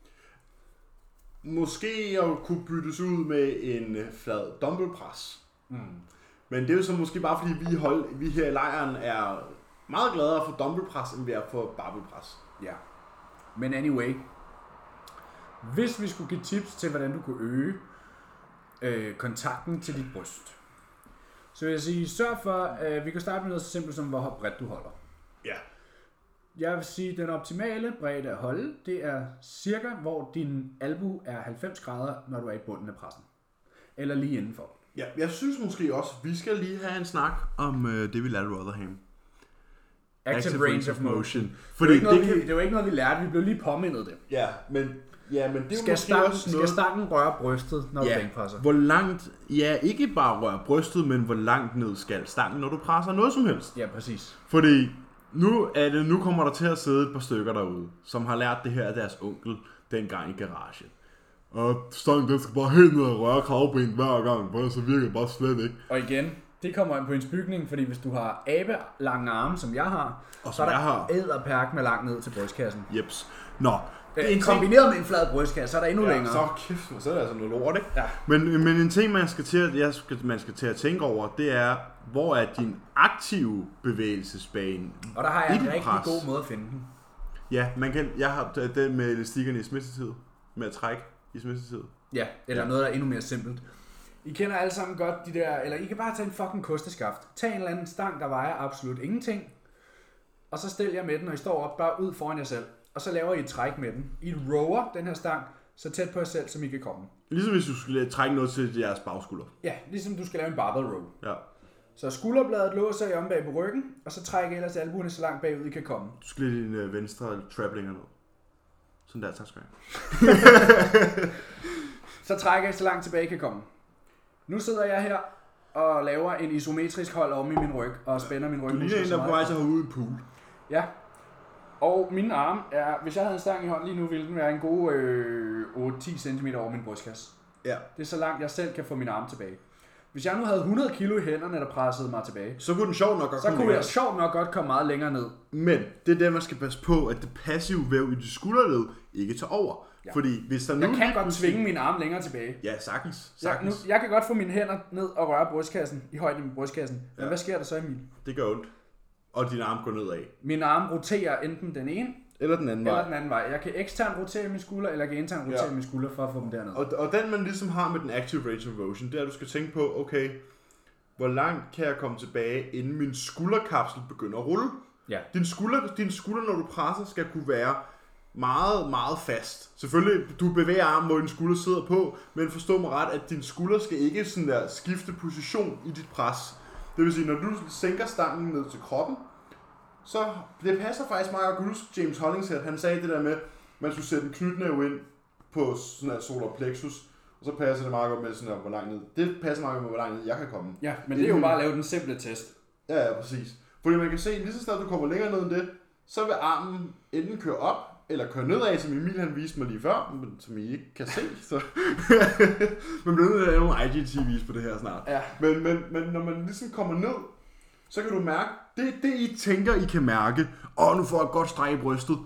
Måske at kunne byttes ud med en flad dumbbellpres. Men det er jo så måske bare fordi vi her i lejren er meget gladere for dumbbellpres, end vi er for barbellpres. Ja. Men anyway, hvis vi skulle give tips til, hvordan du kunne øge kontakten til dit bryst, så vil jeg sige, sørg for, at vi kan starte med noget så simpelt som, hvor bredt du holder. Ja. Jeg vil sige, at den optimale bredde at holde, det er cirka, hvor din albue er 90 grader, når du er i bunden af pressen. Eller lige indenfor. Ja, jeg synes måske også, vi skal lige have en snak om det, vi lærte Rotherham. Active range of motion. Fordi det var ikke noget, vi lærte. Vi blev lige påmindet det. Ja, men det er måske også noget... Skal stangen røre brystet, når du bænkpresser? Hvor langt... Ja, ikke bare røre brystet, men hvor langt ned skal stangen, når du presser noget som helst. Ja, præcis. Fordi nu kommer der til at sidde et par stykker derude, som har lært det her af deres onkel dengang i garagen. Og stangen, den skal bare helt ned og røre kravben hver gang, for så virker det bare slet ikke. Og igen, det kommer ind på ens bygning, fordi hvis du har abe lange arme, som jeg har, og så er der æderperk med langt ned til brystkassen. Jeps. Nå. Kombineret med en flad brystkasse, så er der endnu længere. Så kæft, så er det altså noget lort, ikke? Ja. Men en ting, man skal til at tænke over, det er, hvor er din aktive bevægelsesbane? Og der har jeg en rigtig god måde at finde den. Ja, jeg har den med elastikkerne i smittetid, med at trække i smittetid. Ja, eller noget, der er endnu mere simpelt. I kender alle sammen godt de der, eller I kan bare tage en fucking kosteskaft. Tag en eller anden stang, der vejer absolut ingenting, og så stil jer med den, og I står op bare ud foran jer selv. Og så laver I et træk med den. I rower den her stang så tæt på jer selv, som I kan komme. Ligesom hvis du skulle trække noget til jeres bagskulder. Ja, ligesom du skal lave en barbell row. Ja. Så skulderbladet låser I om bag på ryggen, og så trækker ellers albuerne så langt bagud I kan komme. Du skal lige din venstre trap længere ned. Sådan der, tak skal jeg. Så trækker I så langt tilbage I kan komme. Nu sidder jeg her og laver en isometrisk hold om i min ryg, og spænder min ryg. Du ligner en, der er på vej til at hovedet i pool. Ja. Og mine arme er, hvis jeg havde en stang i hånden lige nu, ville den være en god 8-10 cm over min brystkasse. Ja. Det er så langt, jeg selv kan få mine arme tilbage. Hvis jeg nu havde 100 kilo i hænderne, der pressede mig tilbage, så kunne den sjovt nok godt komme meget længere ned. Men det er det, man skal passe på, at det passive væv i de skulderled ikke tager over. Ja. Fordi hvis der nu jeg kan godt tvinge mine arme længere tilbage. Ja, sagtens. Jeg kan godt få mine hænder ned og røre brystkassen, i højden i brystkassen. Men hvad sker der så, Emil? Det gør ondt. Og dine arme går nedad. Mine arme roterer enten den ene, eller den anden vej. Jeg kan eksternt rotere mine skulder, eller jeg kan internt rotere mine skulder for at få dem derned. Og den man ligesom har med den active range of motion, det er, at du skal tænke på, okay, hvor langt kan jeg komme tilbage, inden min skulderkapsel begynder at rulle? Ja. Din skulder, når du presser, skal kunne være meget, meget fast. Selvfølgelig, du bevæger armen, hvor din skulder sidder på, men forstå mig ret, at din skulder skal ikke sådan der skifte position i dit pres. Det vil sige, når du sænker stangen ned til kroppen, så det passer faktisk meget. Jeg kan huske James Hollingshead, han sagde det der med, at man skulle sætte en knytnæve ind på sådan her solar plexus, og så passer det meget godt med sådan her, hvor langt ned. Det passer meget godt med, hvor langt ned jeg kan komme. Ja, men det er jo bare at lave den simple test. Ja, præcis. Fordi man kan se, lige så snart du kommer længere ned end det, så vil armen enten køre op, eller køre nedad, som Emil han viste mig lige før, men som I ikke kan se. Så. Man bliver nødt til at lave nogle IGTV's på det her snart. Ja. Men når man ligesom kommer ned, så kan du mærke, det I tænker, I kan mærke, nu får jeg et godt stræk i brystet.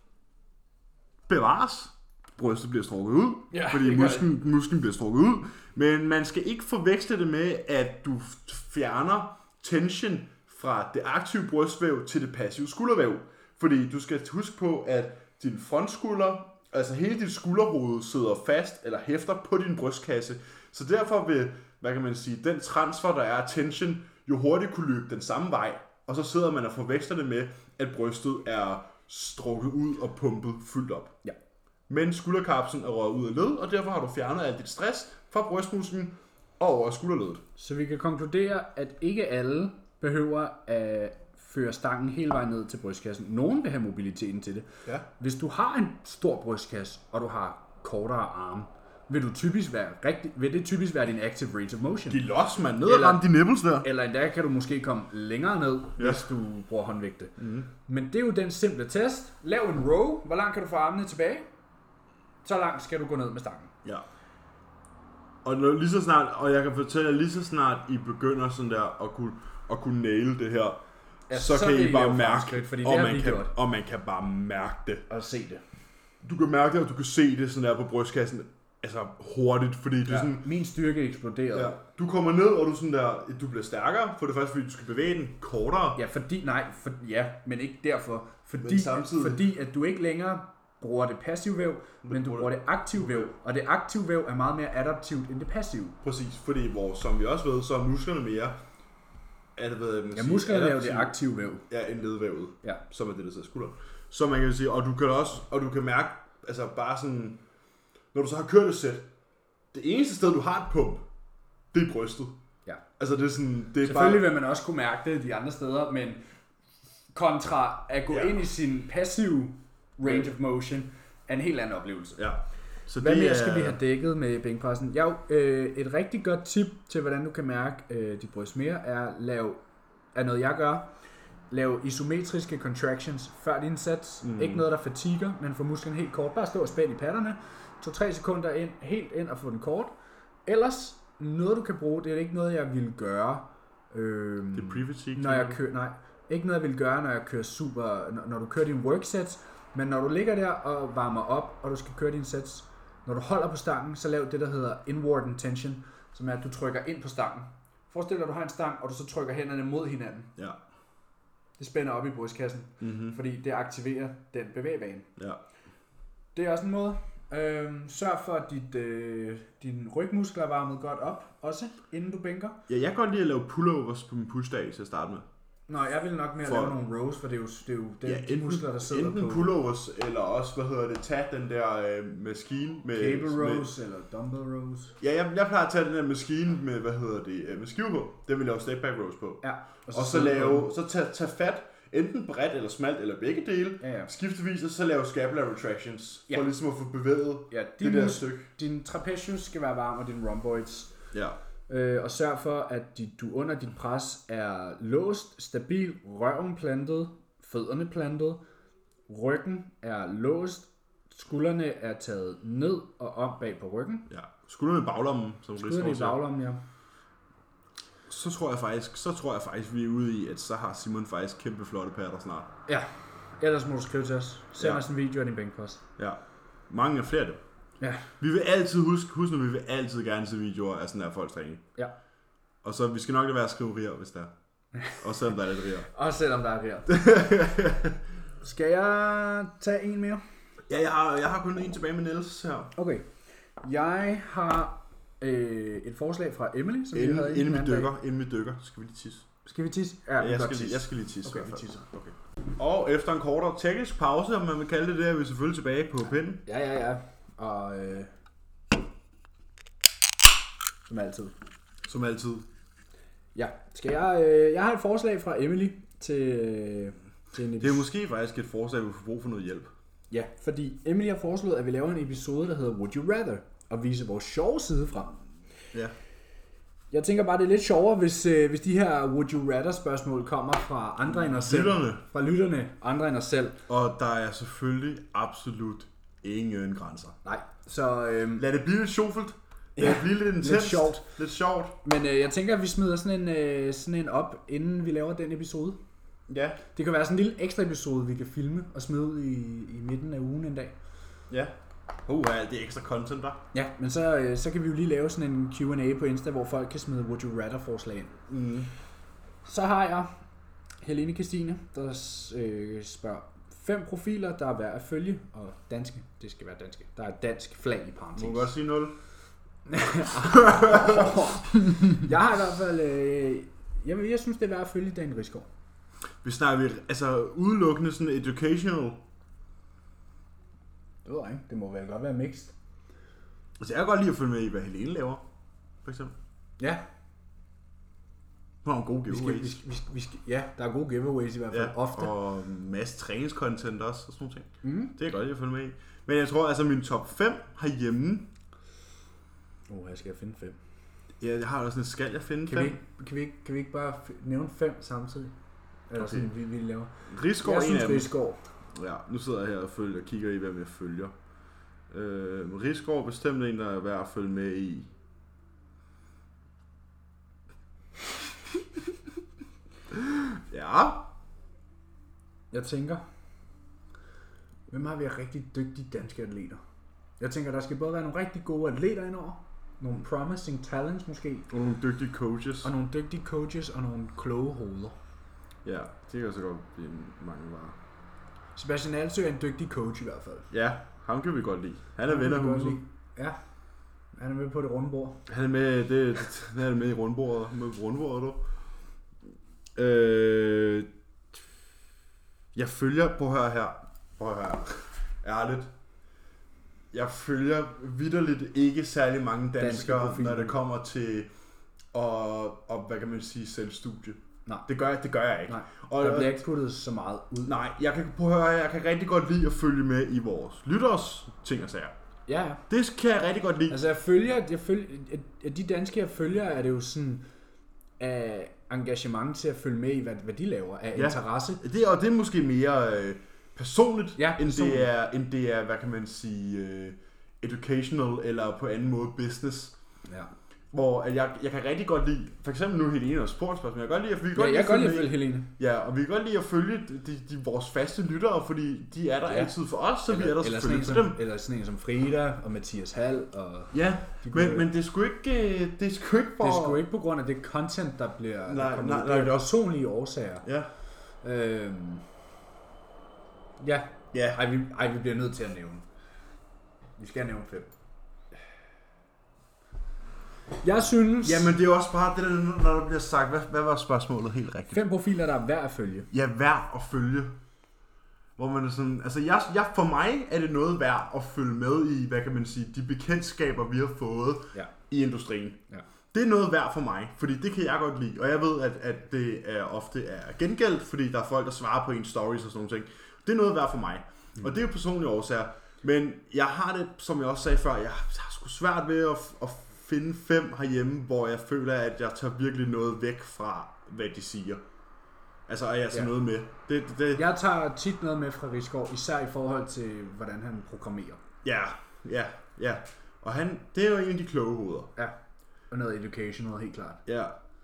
Bevares. Brystet bliver strukket ud, fordi musklen bliver strukket ud. Men man skal ikke forveksle det med, at du fjerner tension fra det aktive brystvæv til det passive skuldervæv. Fordi du skal huske på, at din frontskulder, altså hele dit skulderhoved sidder fast eller hæfter på din brystkasse. Så derfor vil, hvad kan man sige, den transfer, der er tension, jo hurtigt kunne løbe den samme vej. Og så sidder man og forveksler det med, at brystet er strukket ud og pumpet fyldt op. Ja. Men skulderkapslen er røget ud af led, og derfor har du fjernet alt dit stress fra brystmusklen og over skulderledet. Så vi kan konkludere, at ikke alle behøver at føre stangen hele vejen ned til brystkassen. Nogen vil have mobiliteten til det. Ja. Hvis du har en stor brystkasse, og du har kortere arme, vil det typisk være din active range of motion. De los, man. Ned og ramme de nipples der. Eller endda kan du måske komme længere ned, hvis du bruger håndvægte. Mm. Men det er jo den simple test. Lav en row. Hvor langt kan du få armene tilbage? Så langt skal du gå ned med stangen. Ja. Og jeg kan fortælle, at lige så snart I begynder sådan der at kunne naile det her, så kan I bare mærke det, og man kan bare mærke det. Og se det. Du kan mærke det, og du kan se det sådan der på brystkassen, altså hurtigt, fordi det er sådan... Min styrke eksploderer. Ja, du kommer ned, og du bliver stærkere, for det første, fordi du skal bevæge den kortere. Ja, men ikke derfor. Fordi at du ikke længere bruger det passive væv, men du bruger det aktive væv. Og det aktive væv er meget mere adaptivt end det passive. Præcis, fordi som vi også ved, så er musklerne mere... musklerne er jo det aktive væv. Ja, end ledvævet, ja. Som er det, der sidder skulder. Så man kan sige, og du kan mærke, altså bare sådan, når du så har kørt et sæt, det eneste sted, du har et pump, det er brystet. Ja. Altså det er sådan... Det er selvfølgelig vil man også kunne mærke det de andre steder, men kontra at gå ind i sin passive range of motion er en helt anden oplevelse. Ja. Så hvad mere skal vi have dækket med bænkpressen? Ja, et rigtig godt tip til, hvordan du kan mærke dit bryst mere, er noget jeg gør. Lav isometriske contractions før din sets. Ikke noget, der fatiger, men få musklen helt kort. Bare stå og spænd i patterne. 2-3 sekunder ind, helt ind og få den kort. Ellers, noget du kan bruge, det er ikke noget, jeg ville gøre. Det er pre-fatigue? Når jeg kører, nej, ikke noget, jeg ville gøre, når jeg kører når du kører dine worksets. Men når du ligger der og varmer op, og du skal køre dine sets, når du holder på stangen, så lav det, der hedder inward intention, som er, at du trykker ind på stangen. Forestil dig, at du har en stang, og du så trykker hænderne mod hinanden. Ja. Det spænder op i brystkassen, fordi det aktiverer den bevægebane. Ja. Det er også en måde. Sørg for, at dine rygmuskler er varmet godt op, også inden du bænker. Ja, jeg kan godt lide at lave pullovers på min pushdag til at starte med. Nå, jeg vil nok mere lave nogle rows, for det er jo de muskler, der sidder enten på. Enten pullovers, eller også, tage den der maskine med... Cable rows, eller dumbbell rows. Ja, jeg plejer at tage den der maskine med, med skive på. Den vil jeg lave step back rows på. Ja. Og så tage fat, enten bredt eller smalt, eller begge dele. Ja. Skiftevis, og så lave scapular retractions, for ligesom at få bevæget det der stykke. Din trapezius skal være varm, og din rhomboids. Ja. Og sørg for, at du under dit pres er låst, stabil, røven plantet, fødderne plantet, ryggen er låst, skuldrene er taget ned og op bag på ryggen. Ja, skuldrene i baglommen, som skuldrene i baglommen, ja. Så tror jeg faktisk, vi er ude i, at så har Simon faktisk kæmpe flotte patter snart. Ja, ellers må du skrive til os. Send os en video af din bænkpres. Ja, mange af flere af dem. Ja. Vi vil altid husk nu, vi vil altid gerne se videoer af sådan her folks træning. Ja. Og så vi skal nok lade være at skrive rier, hvis der er. Også selvom der er lidt rier. Også selvom der er rier. Skal jeg tage en mere? Ja, jeg har kun en tilbage med Niels her. Okay. Jeg har et forslag fra Emily, som vi havde inden vi dykker, skal vi lige tisse. Skal vi tisse? Ja, jeg skal lige tisse. Okay, vi tisser. Okay. Og efter en kortere teknisk pause, om man vil kalde det det, er vi selvfølgelig tilbage på pinden. Ja. Og som altid. Ja, jeg har et forslag fra Emily til en Det er måske faktisk et forslag, at vi får brug for noget hjælp. Ja, fordi Emily har foreslået, at vi laver en episode, der hedder Would You Rather, og vise vores sjove side frem. Ja. Jeg tænker bare, det er lidt sjovere, hvis de her Would You Rather spørgsmål kommer fra andre end os selv. Fra lytterne, andre end os selv. Og der er selvfølgelig absolut ingen grænser. Nej, så... lad det blive lidt sjovt. Lad det blive lidt intenst. Lidt sjovt. Men jeg tænker, at vi smider sådan en op, inden vi laver den episode. Ja. Det kan være sådan en lille ekstra episode, vi kan filme og smide ud i midten af ugen en dag. Ja. Det er ekstra content, der. Ja, men så kan vi jo lige lave sådan en Q&A på Insta, hvor folk kan smide Would You Rather forslag ind. Så har jeg Helene Christine, der spørger 5 profiler, der er værd at følge, og danske, det skal være danske. Der er et dansk flag i parentes. Må du godt sige 0? Jeg har i hvert fald, jeg synes det er værd at følge Dan Risgaard. Vi snakker udelukkende sådan educational. Det ved jeg ikke. Det må vel godt være mixed. Altså jeg kan godt lide at følge med i, hvad Helene laver, for eksempel. Ja. Hun har nogle gode giveaways. Ja, der er gode giveaways i hvert fald, ofte. Og masse træningscontent også, og sådan nogle ting. Det kan jeg godt lide at følge med i. Men jeg tror, min top 5 herhjemme... jeg skal finde 5. Ja, jeg har også sådan jeg finde 5. Kan vi ikke bare nævne 5 samtidig? Eller okay. Sådan, vi laver. Risgaard jeg synes Risgaard. Ja, nu sidder jeg her og kigger i, hvem jeg følger. Risgaard er bestemt en, der er værd at følge med i. Ja. Jeg tænker, hvem har vi af rigtig dygtige danske atleter? Jeg tænker, der skal både være nogle rigtig gode atleter indover, nogle promising talents måske. Og nogle dygtige coaches. Og nogle kloge hoveder. Ja, det kan så godt blive mange varer. Sebastian Alsø er en dygtig coach i hvert fald. Ja, ham kan vi godt lide. Han er ven af huset. Ja, han er med på det runde bord. Han er med i rundbordet. Du. Jeg følger, prøv at høre her. Ærligt. Jeg følger vitterligt ikke særlig mange danskere, når det kommer til og hvad kan man sige, selvstudie. Nej. Det gør jeg ikke. Nej. Der bliver ikke puttet så meget ud. Nej, jeg kan rigtig godt lide at følge med i vores lytteres ting og sager. Ja. Det kan jeg rigtig godt lide. Altså af de danske jeg følger, er det jo sådan af engagement til at følge med i, hvad de laver, af interesse. Det er måske mere personligt, end det er, hvad kan man sige, educational eller på anden måde business. Ja. Hvor jeg kan rigtig godt lide, for eksempel nu Helene og sportsspørgsmål, jeg kan godt lide, jeg kan godt lide at følge Helene. Ja, og vi kan godt lide at følge vores faste lyttere, fordi de er der altid for os, så vi er der selvfølgelig for dem. Eller sådan en som Frida og Mathias Hall. Og men det er sgu ikke, det er sgu ikke på grund af det content, der bliver nej, det er personlige årsager. Ja. Vi bliver nødt til at nævne. Vi skal nævne 5. Jeg synes... Jamen det er også bare det der, når der bliver sagt, hvad var spørgsmålet helt rigtigt? 5 profiler, der er værd at følge. Ja, værd at følge. Hvor man er sådan... Altså for mig er det noget værd at følge med i, hvad kan man sige, de bekendtskaber, vi har fået i industrien. Ja. Det er noget værd for mig, fordi det kan jeg godt lide. Og jeg ved, at det ofte er gengældt, fordi der er folk, der svarer på ens stories og sådan nogle ting. Det er noget værd for mig. Og det er jo personlige årsager. Men jeg har det, som jeg også sagde før, jeg har sgu svært ved at finde 5 herhjemme, hvor jeg føler, at jeg tager virkelig noget væk fra, hvad de siger. Altså, og jeg tager noget med. Det. Jeg tager tit noget med fra Risgaard, især i forhold til, hvordan han programmerer. Ja. Og det er jo en af de kloge hoveder. Ja, og noget educational, helt klart. Ja.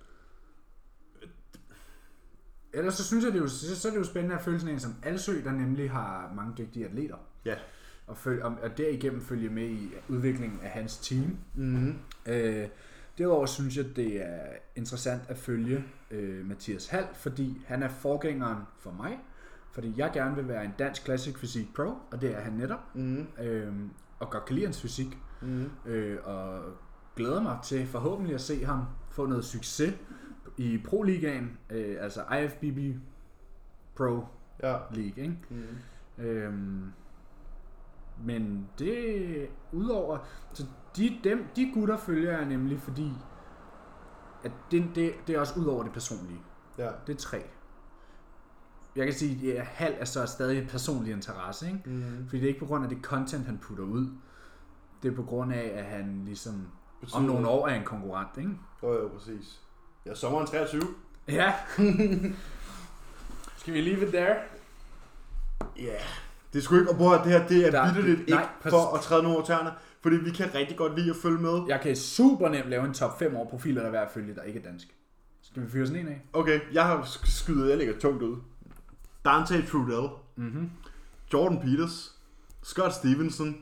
Ellers så synes jeg, så er det jo spændende at følge sådan en som Alsø, der nemlig har mange dygtige atleter. Ja. Og derigennem følge med i udviklingen af hans team. Mm-hmm. Derudover synes jeg, det er interessant at følge Mathias Hall, fordi han er forgængeren for mig. Fordi jeg gerne vil være en dansk Classic Fysik Pro, og det er han netop. Mm-hmm. Og godt kan lide hans fysik. Mm-hmm. Og glæder mig til forhåbentlig at se ham få noget succes i Pro-ligaen, altså IFBB Pro League. Ikke? Mm-hmm. Men det udover, så de gutter følger jeg nemlig, fordi at det er også ud over det personlige. Ja. Det er 3. Jeg kan sige, at Hall er så stadig personlig interesse, ikke? Mm-hmm. Fordi det er ikke på grund af det content, han putter ud. Det er på grund af, at han ligesom om nogle år er en konkurrent, ikke? Jo, præcis. Ja, sommeren 23. Ja. Skal vi leave it there? Ja. Yeah. Det er sgu ikke, og prøv at det her, det er vitterligt ikke for at træde nogle over tæerne, fordi vi kan rigtig godt lide at følge med. Jeg kan super nemt lave en top 5 over profiler, der er værd at følge, der ikke er dansk. Skal vi fyre sådan en af? Okay, jeg lægger tungt ud. Dante Trudell, Jordan Peters, Scott Stevenson,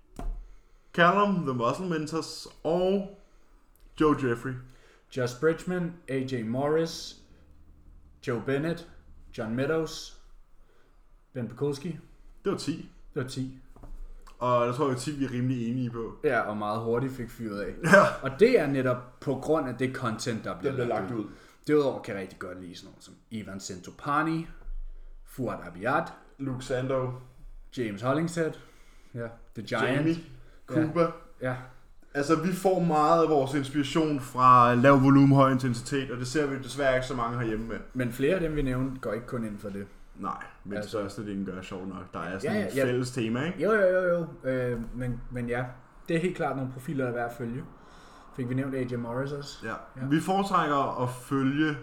Callum The Muscle Mentors og Joe Jeffrey. Josh Bridgman, AJ Morris, Joe Bennett, John Meadows, Ben Pekulski. Det var 10. Og jeg tror, det er 10, vi er rimelig enige på. Ja, og meget hurtigt fik fyret af. Ja. Og det er netop på grund af det content, der bliver lagt ud. Derudover kan jeg rigtig godt lide sådan noget som Ivan Centopani, Fuad Abiyad, Luke Sando, James Hollingshead, The Giant, Jamie, Cooper. Ja. Altså, vi får meget af vores inspiration fra lav volumen, høj intensitet, og det ser vi desværre ikke så mange herhjemme med. Men flere af dem, vi nævnte, går ikke kun ind for det. Nej, men altså, størstedelen gør sjov nok. Der er sådan et fælles tema, ikke? Jo. Men ja, det er helt klart nogle profiler, der er værd at følge. Fik vi nævnt AJ Morris også? Ja. Vi foretrækker at følge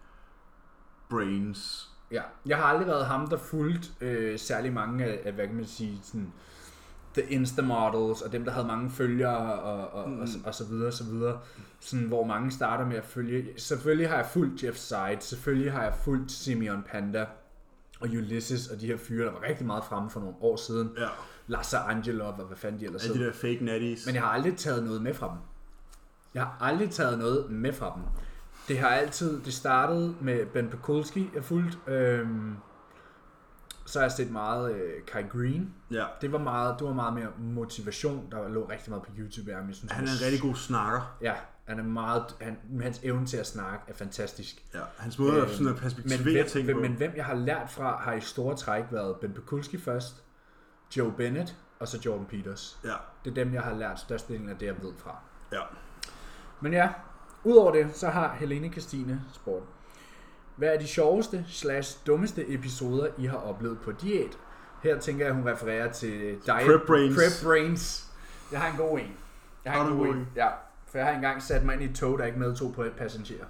Brains. Ja, jeg har aldrig været ham, der fulgte særlig mange af, hvad kan man sige, sådan the Insta-models, og dem, der havde mange følgere, og så videre, så videre. Sådan, hvor mange starter med at følge. Selvfølgelig har jeg fulgt Jeff Seid, selvfølgelig har jeg fulgt Simeon Panda, og Ulysses, og de her fyre, der var rigtig meget fremme for nogle år siden. Ja. Lasse Angelov, og hvad fanden de ellers de der fake natties. Men jeg har aldrig taget noget med fra dem. Det startede med Ben Pekulski, jeg fulgte. Så har jeg set meget Kai Green. Ja. Det var meget mere motivation, der lå rigtig meget på YouTube. Jeg synes, han er en rigtig god snakker. Ja, hans evne til at snakke er fantastisk. Ja, hans måde sådan at perspektivere ting på. Men hvem jeg har lært fra, har i store træk været Ben Pekulski først, Joe Bennett og så Jordan Peters. Ja. Det er dem, jeg har lært størstedelen af det, jeg ved fra. Ja. Men ja, Udover det, så har Helene Christine spurgt, hvad er de sjoveste / dummeste episoder, I har oplevet på diæt? Her tænker jeg, hun refererer til Diet Prep Brains. Jeg har en god en. Ja, for jeg har engang sat mig ind i et tog, der ikke medtog på et passagerer.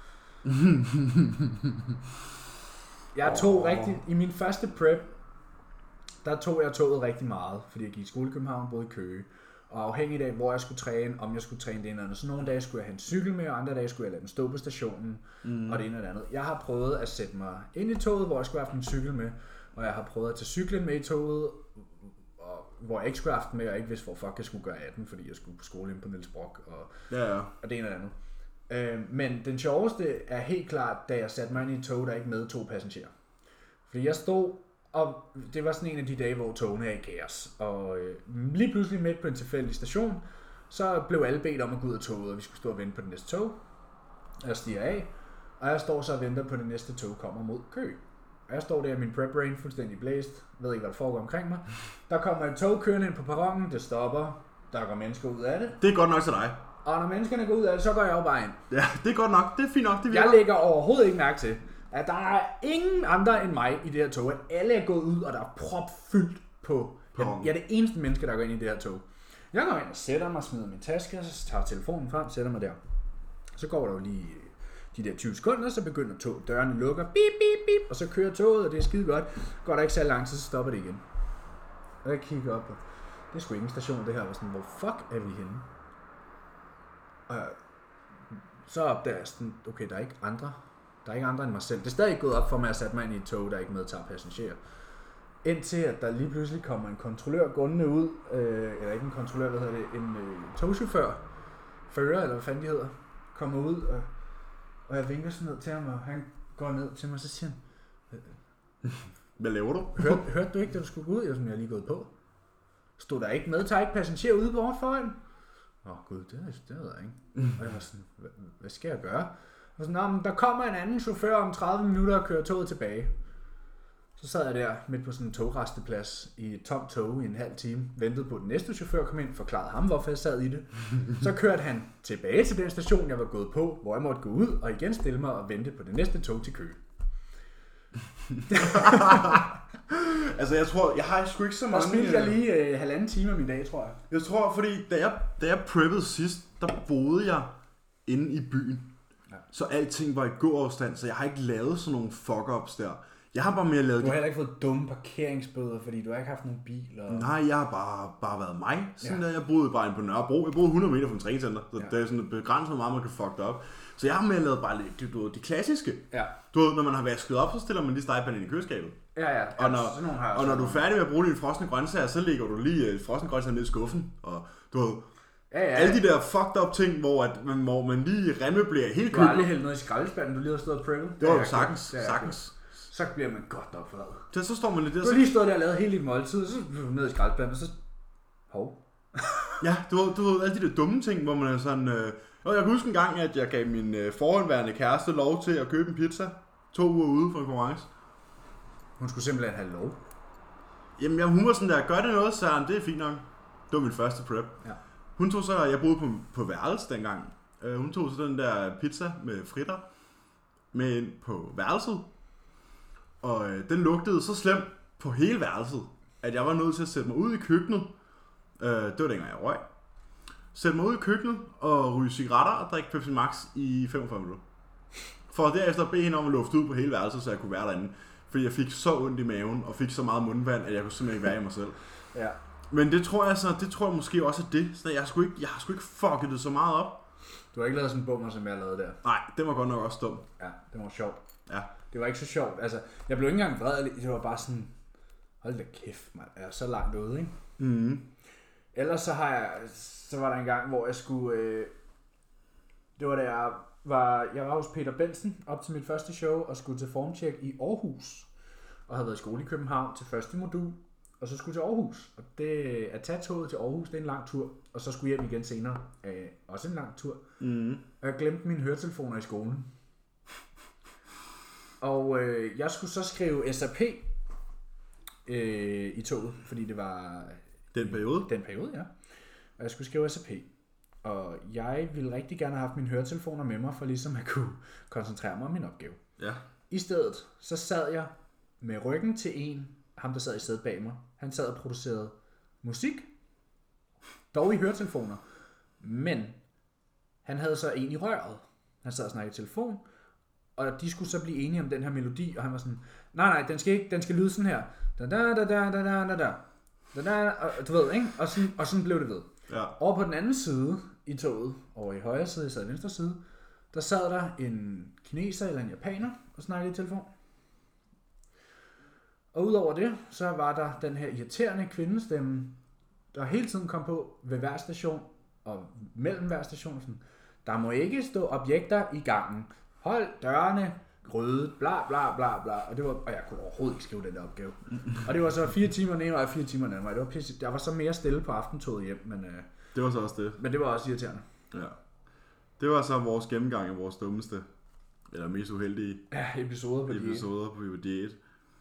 Jeg tog rigtig... I min første prep, der tog jeg toget rigtig meget, fordi jeg gik i skole i København, boede i Køge. Og afhængigt af, hvor jeg skulle træne, om jeg skulle træne det ene eller andet. Så nogle dage skulle jeg have en cykel med, og andre dage skulle jeg lade den stå på stationen, og det ene eller andet. Jeg har prøvet at sætte mig ind i toget, hvor jeg skulle have haft en cykel med, og jeg har prøvet at tage cyklen med i toget, hvor jeg ikke skulle have haft den med, og ikke vidste, hvor fuck jeg skulle gøre af den, fordi jeg skulle på skole inde på Niels Brock, og det ene eller andet. Men den sjoveste er helt klart, da jeg satte mig ind i et tog, der ikke medtog passagerer. Fordi jeg stod, og det var sådan en af de dage, hvor togene er i kaos. Og lige pludselig midt på en tilfældig station, så blev alle bedt om at gå ud af toget, og vi skulle stå og vente på det næste tog. Jeg stiger af, og jeg står så og venter på, at det næste tog kommer mod Køge. Og jeg står der i min prep brain, fuldstændig blæst, ved ikke, hvad der foregår omkring mig. Der kommer et tog kørende ind på perronen, det stopper, der går mennesker ud af det. Det er godt nok til dig. Og når menneskerne går ud af det, så går jeg jo bare ind. Ja, det er godt nok, det er fint nok, det virker. Jeg lægger overhovedet ikke mærke til, at der er ingen andre end mig i det her tog. Alle er gået ud, og der er propfyldt på. Jeg er det eneste menneske, der går ind i det her tog. Jeg går ind og sætter mig, smider min taske, og så tager telefonen frem, sætter mig der. Så går der jo lige de der 20 sekunder, så begynder toget, dørene lukker, bip, bip, bip, og så kører toget, og det er skide godt. Går der ikke så lang tid, så stopper det igen. Og jeg kigger op, og det er sgu ingen station, det her. Og sådan, hvor fuck er vi henne? Og så opdager jeg sådan, okay, der er ikke andre end mig selv. Det er stadig gået op for mig, at jeg satte mig ind i et tog, der ikke medtager passagerer. Indtil at der lige pludselig kommer en kontrollør gående ud, eller ikke en kontrollør, hvad hedder det, en togchauffør, fører, eller hvad fanden de hedder, kommer ud, og jeg vinker sådan ned til ham, og han går ned til mig, og så siger han, hvad laver du? Hørte du ikke, da du skulle gå ud? Jeg er lige gået på. Stod der ikke medtager ikke passagerer ude på foran? Gud, det ved jeg ikke. Og jeg var sådan, hvad skal jeg gøre? Og sådan, men der kommer en anden chauffør om 30 minutter og kører toget tilbage. Så sad jeg der midt på sådan en togresteplads i et tomt tog i en halv time, ventede på, at den næste chauffør kom ind, forklarede ham, hvorfor jeg sad i det. Så kørte han tilbage til den station, jeg var gået på, hvor jeg måtte gå ud og igen stille mig og vente på det næste tog til Køge. Altså jeg tror, jeg har sgu ikke så mange... Der spildte jeg lige 1,5 time af min dag, tror jeg. Jeg tror, fordi da jeg preppede sidst, der boede jeg inde i byen. Ja. Så alting var i gåafstand, så jeg har ikke lavet sådan nogle fuck-ups der. Jeg har bare mere lavet... Du har heller ikke fået dumme parkeringsbøder, fordi du har ikke haft nogen bil. Og... Nej, jeg har bare været mig. Sådan der, jeg boede bare inde på Nørrebro. Jeg boede 100 meter fra en træningscenter, så det er sådan begrænset, hvor meget man kan fuck det op. Så jeg har mere lavet bare lidt, de klassiske. Ja. Du ved, når man har vasket op, så stiller man lige stegepanden i køleskabet. Ja. Og når du er færdig med at bruge dine frosne grøntsager, så lægger du lige frosne grøntsager ned i skuffen. Og du ved, alle de der fucked up ting, hvor man lige remmeblærer helt købet. Du har aldrig hældt noget i skraldespanden, du lige har stået og preppet. Det var jo sagtens. Så bliver man godt opfladet. Så står man lidt der. Du har lige stået der og lavet hele dit måltid, så bliver du ned i skraldespanden, og så... Hov. Ja, du ved alle de der dumme ting, hvor man er sådan... Jeg kan huske en gang, at jeg gav min forhåndværende kæreste lov til at købe en pizza 2 uger ude for en konkurrence. Hun skulle simpelthen have lov? Jamen, hun var sådan der, gør det noget, så det er fint nok. Det var min første prep. Ja. Hun tog så, jeg boede på værelse dengang. Hun tog så den der pizza med fritter med ind på værelset. Og den lugtede så slemt på hele værelset, at jeg var nødt til at sætte mig ud i køkkenet. Det var dengang jeg røg. Sætte mig ud i køkkenet og ryge cigaretter og drikke Pepsi Max i 45 minutter. For derefter at bede hende om at lufte ud på hele værelset, så jeg kunne være derinde. Fordi jeg fik så ondt i maven og fik så meget mundvand, at jeg kunne simpelthen ikke være i mig selv. Ja. Men det tror jeg måske også er det. Så jeg har sgu ikke fucket det så meget op. Du har ikke lavet sådan en bummer, som jeg lavede der? Nej, det var godt nok også dumt. Ja, det var sjovt. Ja. Det var ikke så sjovt. Altså, jeg blev ikke engang vred. Det var bare sådan, hold da kæft, man er så langt ude, ikke? Mhm. Ellers så var der en gang, hvor jeg skulle, det var da jeg var hos Peter Benson op til mit første show og skulle til formcheck i Aarhus. Og havde været i skole i København til første modul, og så skulle til Aarhus. Og det at tage toget til Aarhus, det er en lang tur, og så skulle jeg hjem igen senere. Også en lang tur. Mm. Og jeg glemte mine høretelefoner i skolen. Og jeg skulle så skrive SAP i toget, fordi det var... Den periode, ja. Og jeg skulle skrive SAP. Og jeg ville rigtig gerne have haft mine høretelefoner med mig, for ligesom at kunne koncentrere mig om min opgave. Ja. I stedet, så sad jeg med ryggen til ham der sad i sædet bag mig. Han sad og producerede musik, dog i høretelefoner. Men han havde så en i røret. Han sad og snakkede i telefon, og de skulle så blive enige om den her melodi, og han var sådan, nej, den skal lyde sådan her. Da da da da da da da da da, og du ved, ikke? Og sådan blev det ved. Ja. Over på den anden side i toget, over i højre side, jeg sad i venstre side, der sad der en kineser eller en japaner og snakkede i telefon. Og udover det, så var der den her irriterende kvindestemme, der hele tiden kom på ved hver station og mellem hver station. Sådan, der må ikke stå objekter i gangen. Hold dørene røde, bla bla bla bla. Og jeg kunne overhovedet ikke skrive den der opgave. Og det var så 4 timer den ene vej og 4 timer den anden vej. Det var pisse. Jeg var så mere stille på aftentoget hjem, men det var så også det. Men det var også irriterende. Ja. Det var så vores gennemgang af vores dummeste, eller mest uheldige episoder på diæt.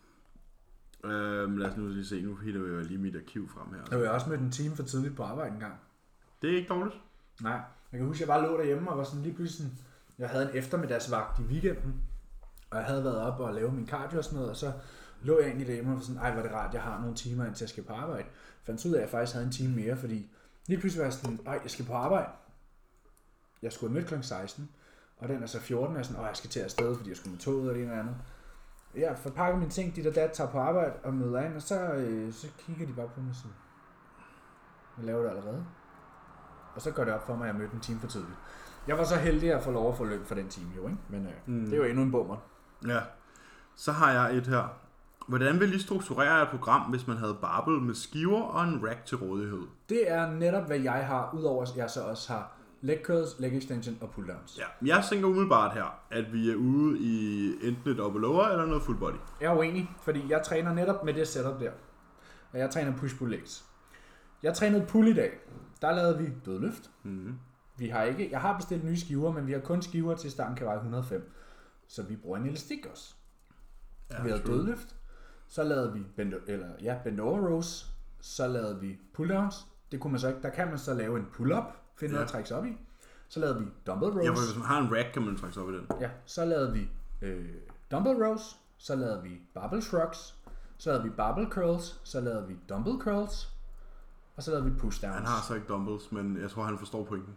Lad os nu lige se, nu hitter vi jo lige mit arkiv frem her. Jeg var også med en time for tidligt på arbejde en gang. Det er ikke dårligt. Nej, jeg kan huske, at jeg bare lå derhjemme og var sådan lige pludselig, jeg havde en eftermiddagsvagt i weekenden, og jeg havde været op og lavet min cardio og sådan noget, og så lå jeg egentlig derhjemme og var sådan, ej hvor er det rart, jeg har nogle timer indtil jeg skal på arbejde. Fandt ud af, at jeg faktisk havde en time mere, fordi lige pludselig var jeg sådan, ej jeg skal på arbejde. Jeg skulle have mødt kl. 16, og den er så 14, og jeg sådan, jeg skal til afsted, fordi jeg skulle med toget og det ene eller andet. Jeg forpakker mine ting, dit og dat, tager på arbejde og møder ind, og så kigger de bare på mig sådan, jeg laver det allerede. Og så går det op for mig, at jeg mødte en time for tidligt. Jeg var så heldig at få lov at få løn for den time, jo, ikke? Men det er jo endnu en bummer. Ja. Så har jeg et her. Hvordan vil I strukturere et program, hvis man havde barbel med skiver og en rack til rådighed? Det er netop, hvad jeg har, udover at jeg så også har leg curls, leg extension og pull downs. Ja, jeg tænker umiddelbart her, at vi er ude i enten et upper lower eller noget full body. Jeg er uenig, fordi jeg træner netop med det setup der. Og jeg træner push-pull legs. Jeg trænede pull i dag. Der lavede vi dødløft. Mm-hmm. Jeg har bestilt nye skiver, men vi har kun skiver til starten kan veje 105. Så vi bruger en elastik også. Ja, vi havde dødløft. Så lavede vi bend over rows. Så lavede vi pull downs. Det kunne man så ikke. Der kan man så lave en pull up, finde noget at trække sig op i. Så lavede vi dumbbell rows. Ja, hvis man har en rack, kan man trække sig op i den. Ja, så lavede vi dumbbell rows. Så lavede vi barbell shrugs. Så lavede vi barbell curls. Så lavede vi dumbbell curls. Og så lavede vi push downs. Han har så ikke dumbbells, men jeg tror, han forstår pointen.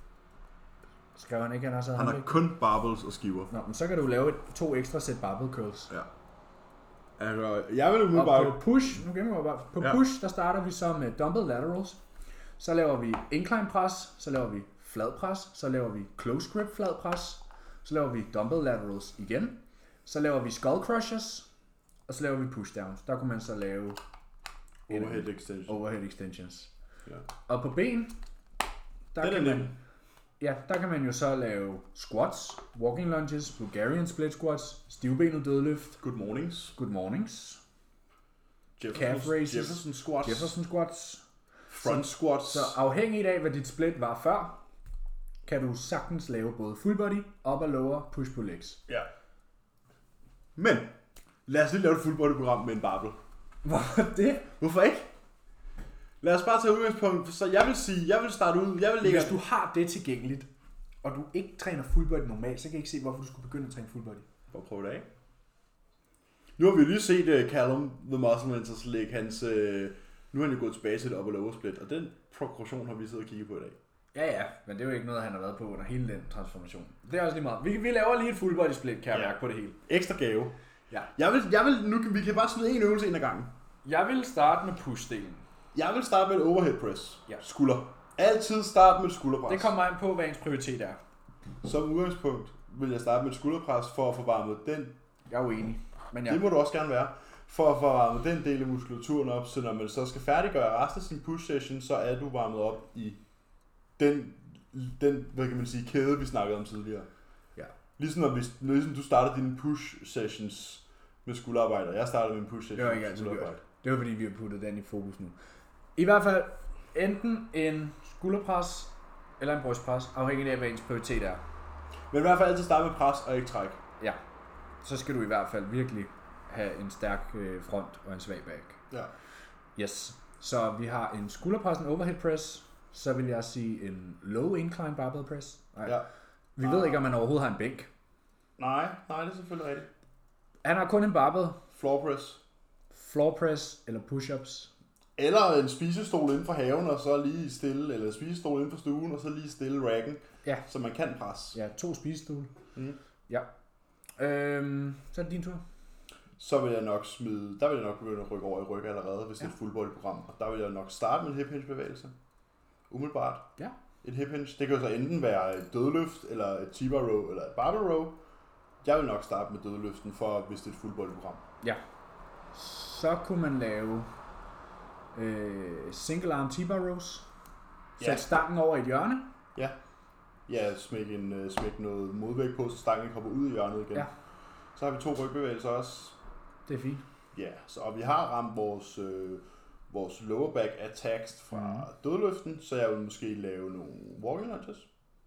Skrev han ikke, han har kun barbells og skiver. Nå, men så kan du lave 2 ekstra sæt barbell curls. Ja. Altså, jeg vil umiddelbart... Og på push, nu gemmer jeg bare. På push, der starter vi så med dumbbell laterals. Så laver vi incline press, så laver vi flad pres, så laver vi close grip flad pres, så laver vi dumbbell laterals igen. Så laver vi skull crushers, og så laver vi push downs. Der kunne man så lave overhead extensions. Ja. Og på ben, der kan man jo så lave squats, walking lunges, Bulgarian split squats, stivbenet dødløft. Good mornings. Calf raises. Jefferson squats. Front squats. Så afhængigt af, hvad dit split var før, kan du sagtens lave både full body, upper lower, push pull legs. Ja. Men, lad os lige lave et full body program med en barbell. Hvorfor det? Hvorfor ikke? Lad os bare tage udgangspunkt. Så jeg vil starte ud. Hvis du har det tilgængeligt, og du ikke træner full body normalt, så kan jeg ikke se, hvorfor du skulle begynde at træne full body. Prøv at prøve det af. Nu har vi lige set Callum The Muscle Man, så lægge hans... nu er han jo gået tilbage til et upper lower split, og den progression har vi siddet og kigget på i dag. Ja, men det er jo ikke noget, han har været på under hele den transformation. Det er også lige meget. Vi laver lige et full body split, kan jeg mærke på det hele. Ekstra gave. Ja. Vi kan bare smide en øvelse ind ad gangen. Jeg vil starte med push-delen. Jeg vil starte med et overhead press. Ja. Skulder. Altid start med et skulderpres. Det kommer an på, hvad ens prioritet er. Som udgangspunkt vil jeg starte med et skulderpres for at få varmet den. Jeg er uenig. Men ja. Det må du også gerne være. For at få varmet den del af muskulaturen op, så når man så skal færdiggøre resten af sin push session, så er du varmet op i den hvad kan man sige, kæde, vi snakkede om tidligere. Ja. Ligesom du starter dine push sessions med skulderarbejde, og jeg startede min push session med skulderarbejde. Det var fordi, vi har puttet den i fokus nu. I hvert fald enten en skulderpres eller en brystpres, afhængig af, hvad ens prioritet er. Men i hvert fald altid starte med pres og ikke træk. Ja, så skal du i hvert fald virkelig have en stærk front og en svag back. Ja. Yes, så vi har en skulderpres, en overhead press, så vil jeg sige en low incline barbell press. Ja. Vi ved ikke, om man overhovedet har en bænk. Nej, det er selvfølgelig rigtigt. Han har kun en barbell. Floor press eller push-ups. Eller en spisestol inden for haven, og så lige stille, eller en spisestol inden for stuen, og så lige stille racken, så man kan presse. Ja, 2 spisestole. Ja. Så er det din tur. Så vil jeg nok begynde at rykke over i ryg allerede, hvis det er et full body program. Og der vil jeg nok starte med en hip hinge bevægelse. Umiddelbart. Ja. Et hip hinge. Det kan jo så enten være et dødløft, eller et T-bar row, eller et barbell row. Jeg vil nok starte med dødløften, hvis det er et full body program. Ja. Så kunne man lave single arm T-bar rows. Sæt stangen over et hjørne. Ja. Ja, smæk noget modvægt på, så stangen kommer ud i hjørnet igen. Ja. Så har vi 2 rygbevægelser også. Det er fint. Ja, og vi har ramt vores lower back attacks fra dødløften, så jeg vil måske lave nogle walking lunges.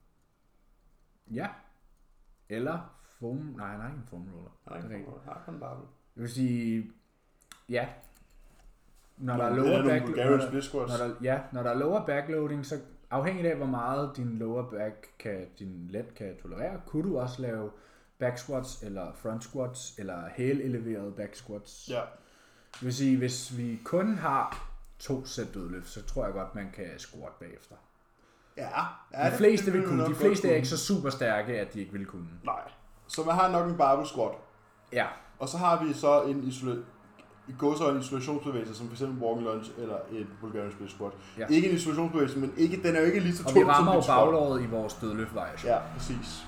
Ja. Eller foam. Nej, han har ikke en foam roller. Han har kun en barbell. Det vil sige, ja. Når der er lower back, når der er lower backloading, så afhængigt af hvor meget din lower back din let kan tolerere, kunne du også lave back squats eller front squats eller hæl-eleverede back squats. Ja. Det vil sige, hvis vi kun har 2 sæt dødløft, så tror jeg godt man kan squat bagefter. Ja, de fleste vil kunne. De fleste er ikke så super stærke, at de ikke vil kunne. Nej. Så man har nok en barbell squat. Ja. Og så har vi så en isolationsbevægelse, som f.eks. walking lunge eller et Bulgarian split squat. Ja. Ikke en isolationsbevægelse, men den er jo ikke lige så tung som et squat. Og vi rammer jo baglåret i vores dødløft-variation. Ja, præcis.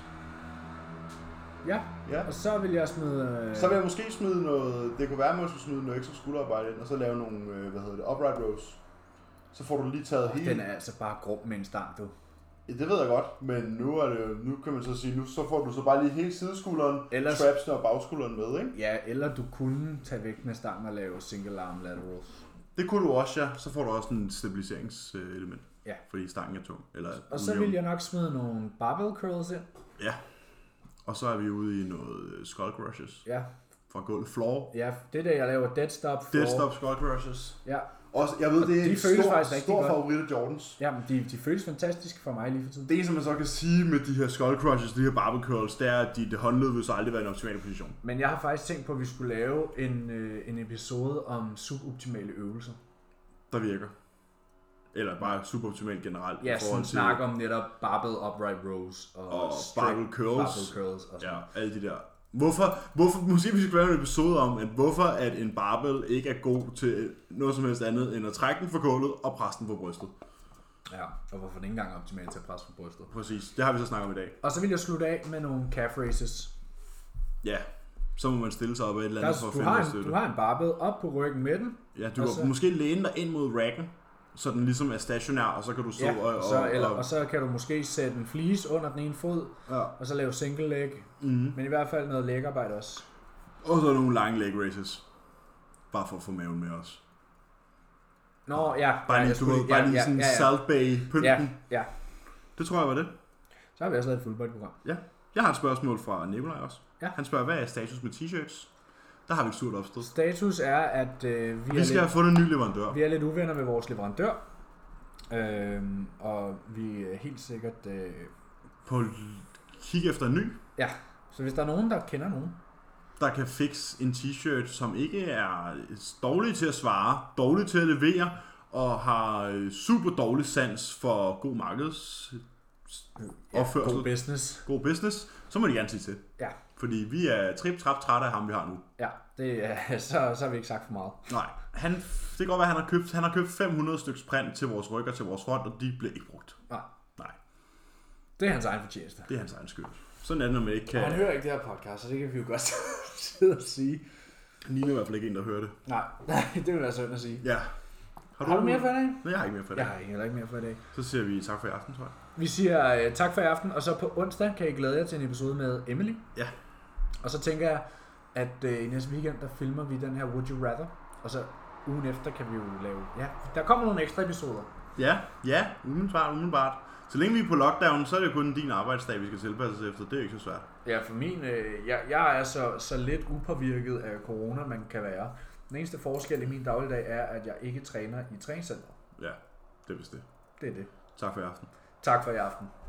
Ja, og så vil jeg smide... Så vil jeg måske smide noget... Det kunne være, at man skulle smide noget ekstra skulderarbejde ind, og så lave nogle, upright rows. Så får du lige taget hele... Den er altså bare grum med en stang, du. Ja, det ved jeg godt, men nu kan man så sige, så får du så bare lige hele sideskulderen, trapsene og bagskulderen med, ikke? Ja, eller du kunne tage væk med stangen og lave single arm laterals. Det kunne du også, ja. Så får du også en stabiliseringselement, fordi stangen er tung. Og så vil jeg nok smide nogle barbell curls ind. Ja. Og så er vi ude i noget skull crushes. Ja. Fra gulvet floor. Ja, det er det, jeg laver dead stop floor. Dead stop skull crushes. Ja. Også, jeg ved, det er en stor favorit af Jordans. Ja, men de føles fantastisk for mig lige for tiden. Det, som man så kan sige med de her skull crushes, de her barbell curls, det er, at det håndled vil så aldrig være en optimal position. Men jeg har faktisk tænkt på, at vi skulle lave en episode om suboptimale øvelser. Der virker. Eller bare suboptimalt generelt. Ja, som snakker om netop barbell upright rows og barbell curls. Og ja, alle de der. Hvorfor, måske vi skal lave en episode om, at hvorfor at en barbell ikke er god til noget som helst andet, end at trække den fra gulvet og presse den på brystet. Ja, og hvorfor den ikke engang er optimalt til at presse på brystet. Præcis, det har vi så snakket om i dag. Og så vil jeg slutte af med nogle calf raises. Ja, så må man stille sig op af et eller andet for at finde støtte. Du har en barbell op på ryggen med den. Ja, du kan måske læne dig ind mod racken, så den ligesom er stationær, og så kan du stå og så kan du måske sætte en fleece under den ene fod, og så lave single leg, men i hvert fald noget lægarbejde også. Og så nogle lange leg raises, bare for at få maven med os. Nå, ja. Bare lige sådan Salt Bay pynten. Ja. Det tror jeg var det. Så har vi også lavet et full body program. Ja. Jeg har et spørgsmål fra Nikolaj også. Ja. Han spørger, hvad er status med t-shirts? Der har vi et stort opstød. Status er, at vi skal have fundet en ny leverandør. Vi er lidt uvenner med vores leverandør. Og vi er helt sikkert... På kig efter en ny. Ja, så hvis der er nogen, der kender nogen, der kan fixe en t-shirt, som ikke er dårlig til at svare, dårlig til at levere, og har super dårlig sans for god markedsopførsel. God business. Så må de gerne sige til. Ja. Fordi vi er trip-trap trætte af ham, vi har nu. Ja, så har vi ikke sagt for meget. Nej, det kan godt være, at han har købt 500 stykker print til vores ryg og til vores front, og de bliver ikke brugt. Nej. Det er hans egen fortjeneste. Det er hans egen skyld. Sådan er det, når man ikke kan... Han hører ikke det her podcast, så det kan vi jo godt sidde og sige. Nina er i hvert fald ikke en, der hører det. Nej, det vil være synd at sige. Ja. Har du mere for i dag? Nej, jeg har ikke mere for i dag. Jeg har heller ikke mere for i dag. Så siger vi tak for i aften, tror jeg. Vi siger tak for i aften, og så på onsdag kan I glæde jer til en episode med Emily. Ja. Og så tænker jeg, at i næste weekend, der filmer vi den her Would You Rather. Og så ugen efter kan vi jo lave... Ja, der kommer nogle ekstra episoder. Ja, umiddelbart. Så længe vi er på lockdown, så er det jo kun din arbejdsdag, vi skal tilpasse os efter. Det er ikke så svært. Ja, for min... Jeg er så lidt upåvirket af corona, man kan være. Den eneste forskel i min dagligdag er, at jeg ikke træner i træningscenter. Ja, det er vist det. Det er det. Tak for i aften. Tak for i aften.